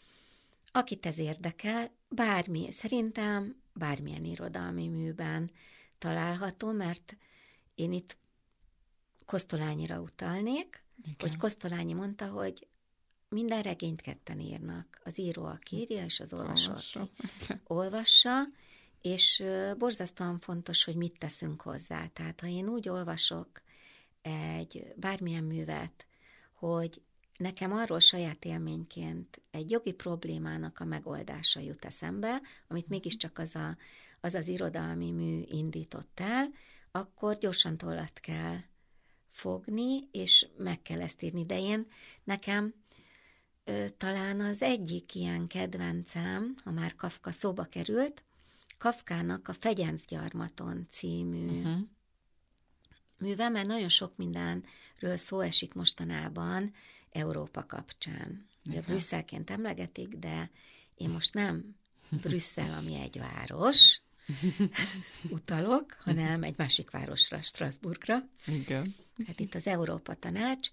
Akit ez érdekel, szerintem bármilyen irodalmi műben található, mert én itt Kosztolányira utalnék, hogy Kosztolányi mondta, hogy minden regényt ketten írnak. Az író, aki írja, és az olvasó, aki olvassa, és borzasztóan fontos, hogy mit teszünk hozzá. Tehát, ha én úgy olvasok bármilyen művet, hogy nekem arról saját élményként egy jogi problémának a megoldása jut eszembe, amit mégiscsak az irodalmi mű indított el, akkor gyorsan tollat kell fogni, és meg kell ezt írni. De nekem talán az egyik ilyen kedvencem, ha már Kafka szóba került, Kafkának a Fegyencgyarmaton című műve, mert nagyon sok mindenről szó esik mostanában Európa kapcsán. Ugye Brüsszelként emlegetik, de én most nem Brüsszel, ami egy város, utalok, hanem egy másik városra, Strasbourgra. Igen. Hát itt az Európa Tanács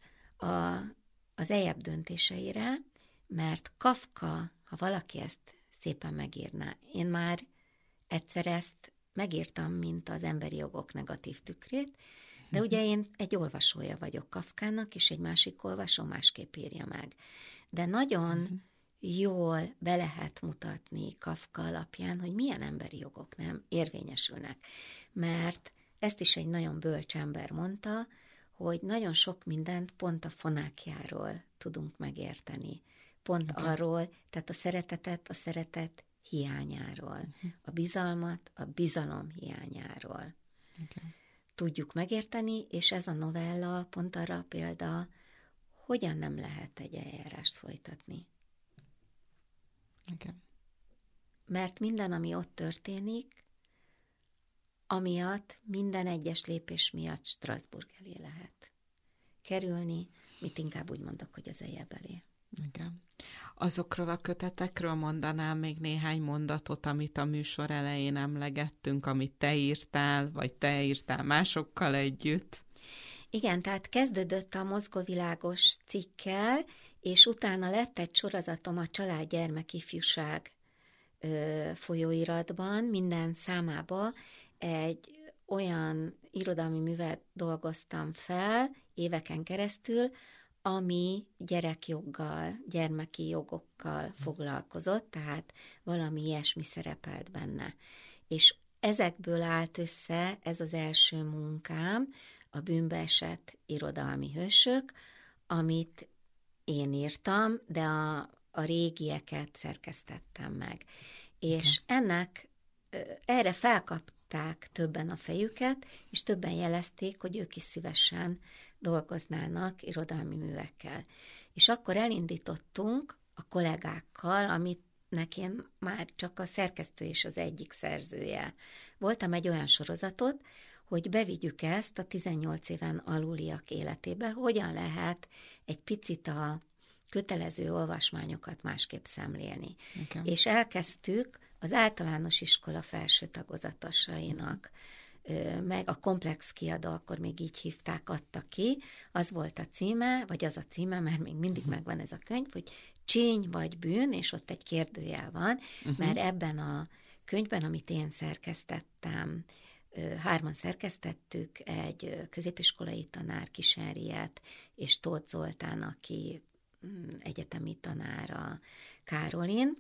az EJEB döntéseire, mert Kafka, ha valaki ezt szépen megírná, én már egyszer ezt megírtam, mint az emberi jogok negatív tükrét, de ugye én egy olvasója vagyok Kafkának, és egy másik olvasó másképp írja meg. De nagyon jól be lehet mutatni Kafka alapján, hogy milyen emberi jogok nem érvényesülnek. Mert ezt is egy nagyon bölcs ember mondta, hogy nagyon sok mindent pont a fonákjáról tudunk megérteni. Pont arról, tehát a szeretet hiányáról, a bizalmat, a bizalom hiányáról. Tudjuk megérteni, és ez a novella pont arra a példa, hogyan nem lehet egy eljárást folytatni. Mert minden, ami ott történik, amiatt minden egyes lépés miatt Strasbourg elé lehet kerülni, mit inkább úgy mondok, hogy az EJEB elé. Igen. Azokról a kötetekről mondanám még néhány mondatot, amit a műsor elején emlegettünk, amit te írtál, vagy te írtál másokkal együtt? Igen, tehát kezdődött a Mozgóvilágos cikkel, és utána lett egy sorozatom a Család, Gyermek, Ifjúság folyóiratban. Minden számába egy olyan irodalmi művet dolgoztam fel éveken keresztül, ami gyerekjoggal, gyermeki jogokkal foglalkozott, tehát valami ilyesmi szerepelt benne. És ezekből állt össze ez az első munkám, a Bűnbe esett irodalmi hősök, amit én írtam, de a régieket szerkesztettem meg. És erre felkapták többen a fejüket, és többen jelezték, hogy ők is szívesen dolgoznának irodalmi művekkel. És akkor elindítottunk a kollégákkal, amit én már csak a szerkesztő és az egyik szerzője. Voltam egy olyan sorozatot, hogy bevigyük ezt a 18 éven aluliak életébe, hogyan lehet egy picit a kötelező olvasmányokat másképp szemlélni. Okay. És elkezdtük az általános iskola felső tagozatosainak, meg a Komplex kiadó, akkor még így hívták, adta ki, az volt a címe, vagy az a címe, mert még mindig megvan ez a könyv, hogy Csíny vagy bűn, és ott egy kérdőjel van, mert ebben a könyvben, amit én szerkesztettem, 3 szerkesztettük, egy középiskolai tanár, Kis Henriett, és Tóth Zoltán, aki egyetemi tanára, Károlin,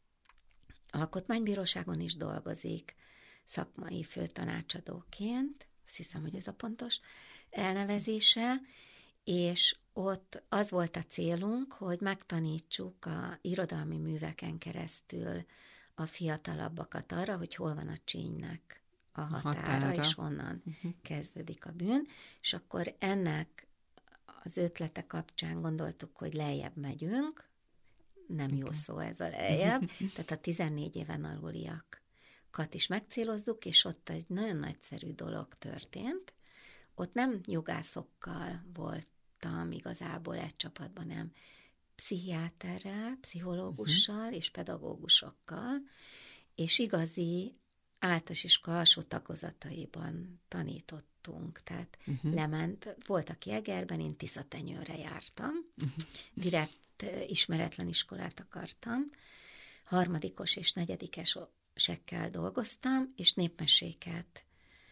alkotmánybíróságon is dolgozik, szakmai főtanácsadóként, azt hiszem, hogy ez a pontos elnevezése, és ott az volt a célunk, hogy megtanítsuk a irodalmi műveken keresztül a fiatalabbakat arra, hogy hol van a csínynek a határa. És honnan kezdődik a bűn, és akkor ennek az ötlete kapcsán gondoltuk, hogy lejjebb megyünk, nem jó szó ez a lejjebb, tehát a 14 éven aluliakat is megcélozzuk, és ott egy nagyon nagyszerű dolog történt. Ott nem jogászokkal voltam igazából egy csapatban, nem pszichiáterrel, pszichológussal és pedagógusokkal, és igazi általános iskola alsó tagozataiban tanítottunk, tehát lement, volt, aki Egerben, én Tiszatenyőre jártam, direkt ismeretlen iskolát akartam, 3. és 4. esekkel dolgoztam, és népmeséket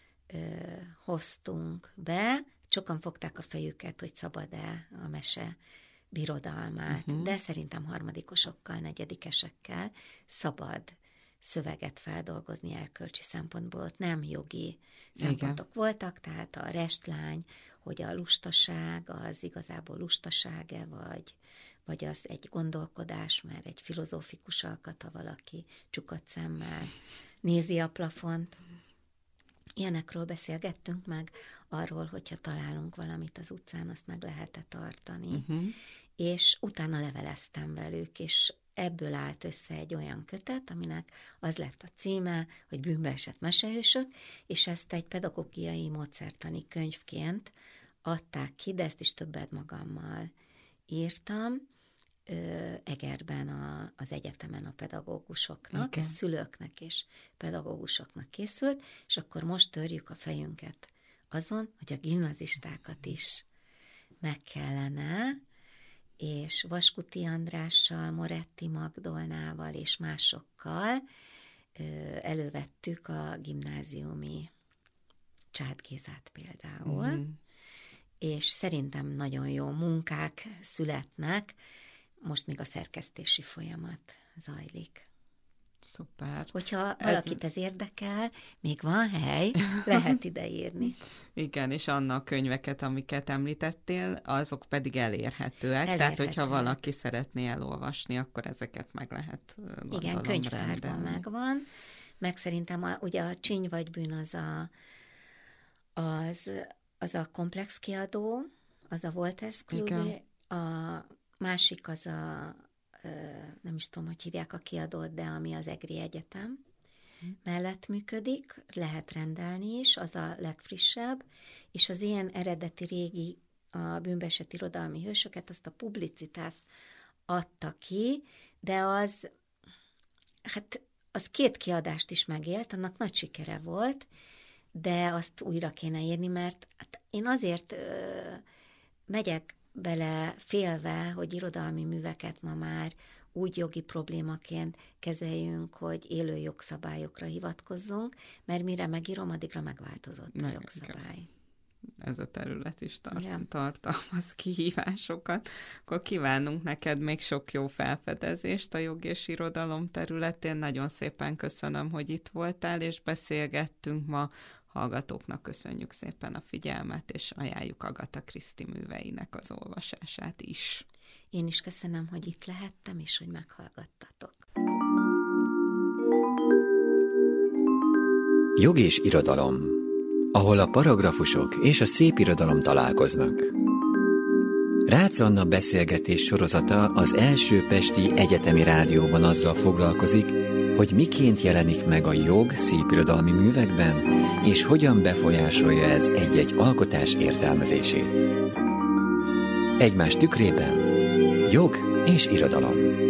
hoztunk be, sokan fogták a fejüket, hogy szabad-e a mese birodalmát, de szerintem 3. 4. esekkel szabad szöveget feldolgozni erkölcsi szempontból, ott nem jogi szempontok voltak, tehát a restlány, hogy a lustaság, az igazából lustaság-e, vagy az egy gondolkodás, mert egy filozófikus alkat, ha valaki csukadt szemmel nézi a plafont. Ilyenekről beszélgettünk meg, arról, hogyha találunk valamit az utcán, azt meg lehet-e tartani. És utána leveleztem velük, és ebből állt össze egy olyan kötet, aminek az lett a címe, hogy Bűnbe esett mesehősök, és ezt egy pedagógiai módszertani könyvként adták ki, de ezt is többet magammal írtam, Egerben az egyetemen a pedagógusoknak, ez szülőknek és pedagógusoknak készült, és akkor most törjük a fejünket azon, hogy a gimnazistákat is meg kellene, és Vaskuti Andrással, Moretti Magdolnával és másokkal elővettük a gimnáziumi Csád Gézát például, és szerintem nagyon jó munkák születnek, most még a szerkesztési folyamat zajlik. Szuper. Hogyha valakit ez érdekel, még van hely, lehet ide írni. Igen, és annak könyveket, amiket említettél, azok pedig elérhetőek. Tehát, hogyha valaki szeretné elolvasni, akkor ezeket meg lehet, gondolom, igen, könyvtárban megvan. Meg szerintem ugye a Csíny vagy bűn az a Komplex kiadó, az a Wolters Klubi, a másik az a nem is tudom, hogy hívják a kiadót, de ami az EGRI Egyetem mellett működik, lehet rendelni is, az a legfrissebb, és az ilyen eredeti régi a Bűnbe esett irodalmi hősöket, azt a Publicitas adta ki, de az 2 kiadást is megélt, annak nagy sikere volt, de azt újra kéne írni, mert én azért megyek bele félve, hogy irodalmi műveket ma már úgy jogi problémaként kezeljünk, hogy élő jogszabályokra hivatkozzunk, mert mire megírom, addigra megváltozott a jogszabály. Ez a terület is tartalmaz kihívásokat. Akkor kívánunk neked még sok jó felfedezést a jog és irodalom területén. Nagyon szépen köszönöm, hogy itt voltál, és beszélgettünk ma. Hallgatóknak köszönjük szépen a figyelmet, és ajánljuk Agatha Christie műveinek az olvasását is. Én is köszönöm, hogy itt lehettem, és hogy meghallgattatok. Jog és irodalom, ahol a paragrafusok és a szépirodalom találkoznak. Rácz Anna beszélgetés sorozata az első pesti egyetemi rádióban azzal foglalkozik, hogy miként jelenik meg a jog szépirodalmi művekben, és hogyan befolyásolja ez egy-egy alkotás értelmezését. Egymás tükrében jog és irodalom.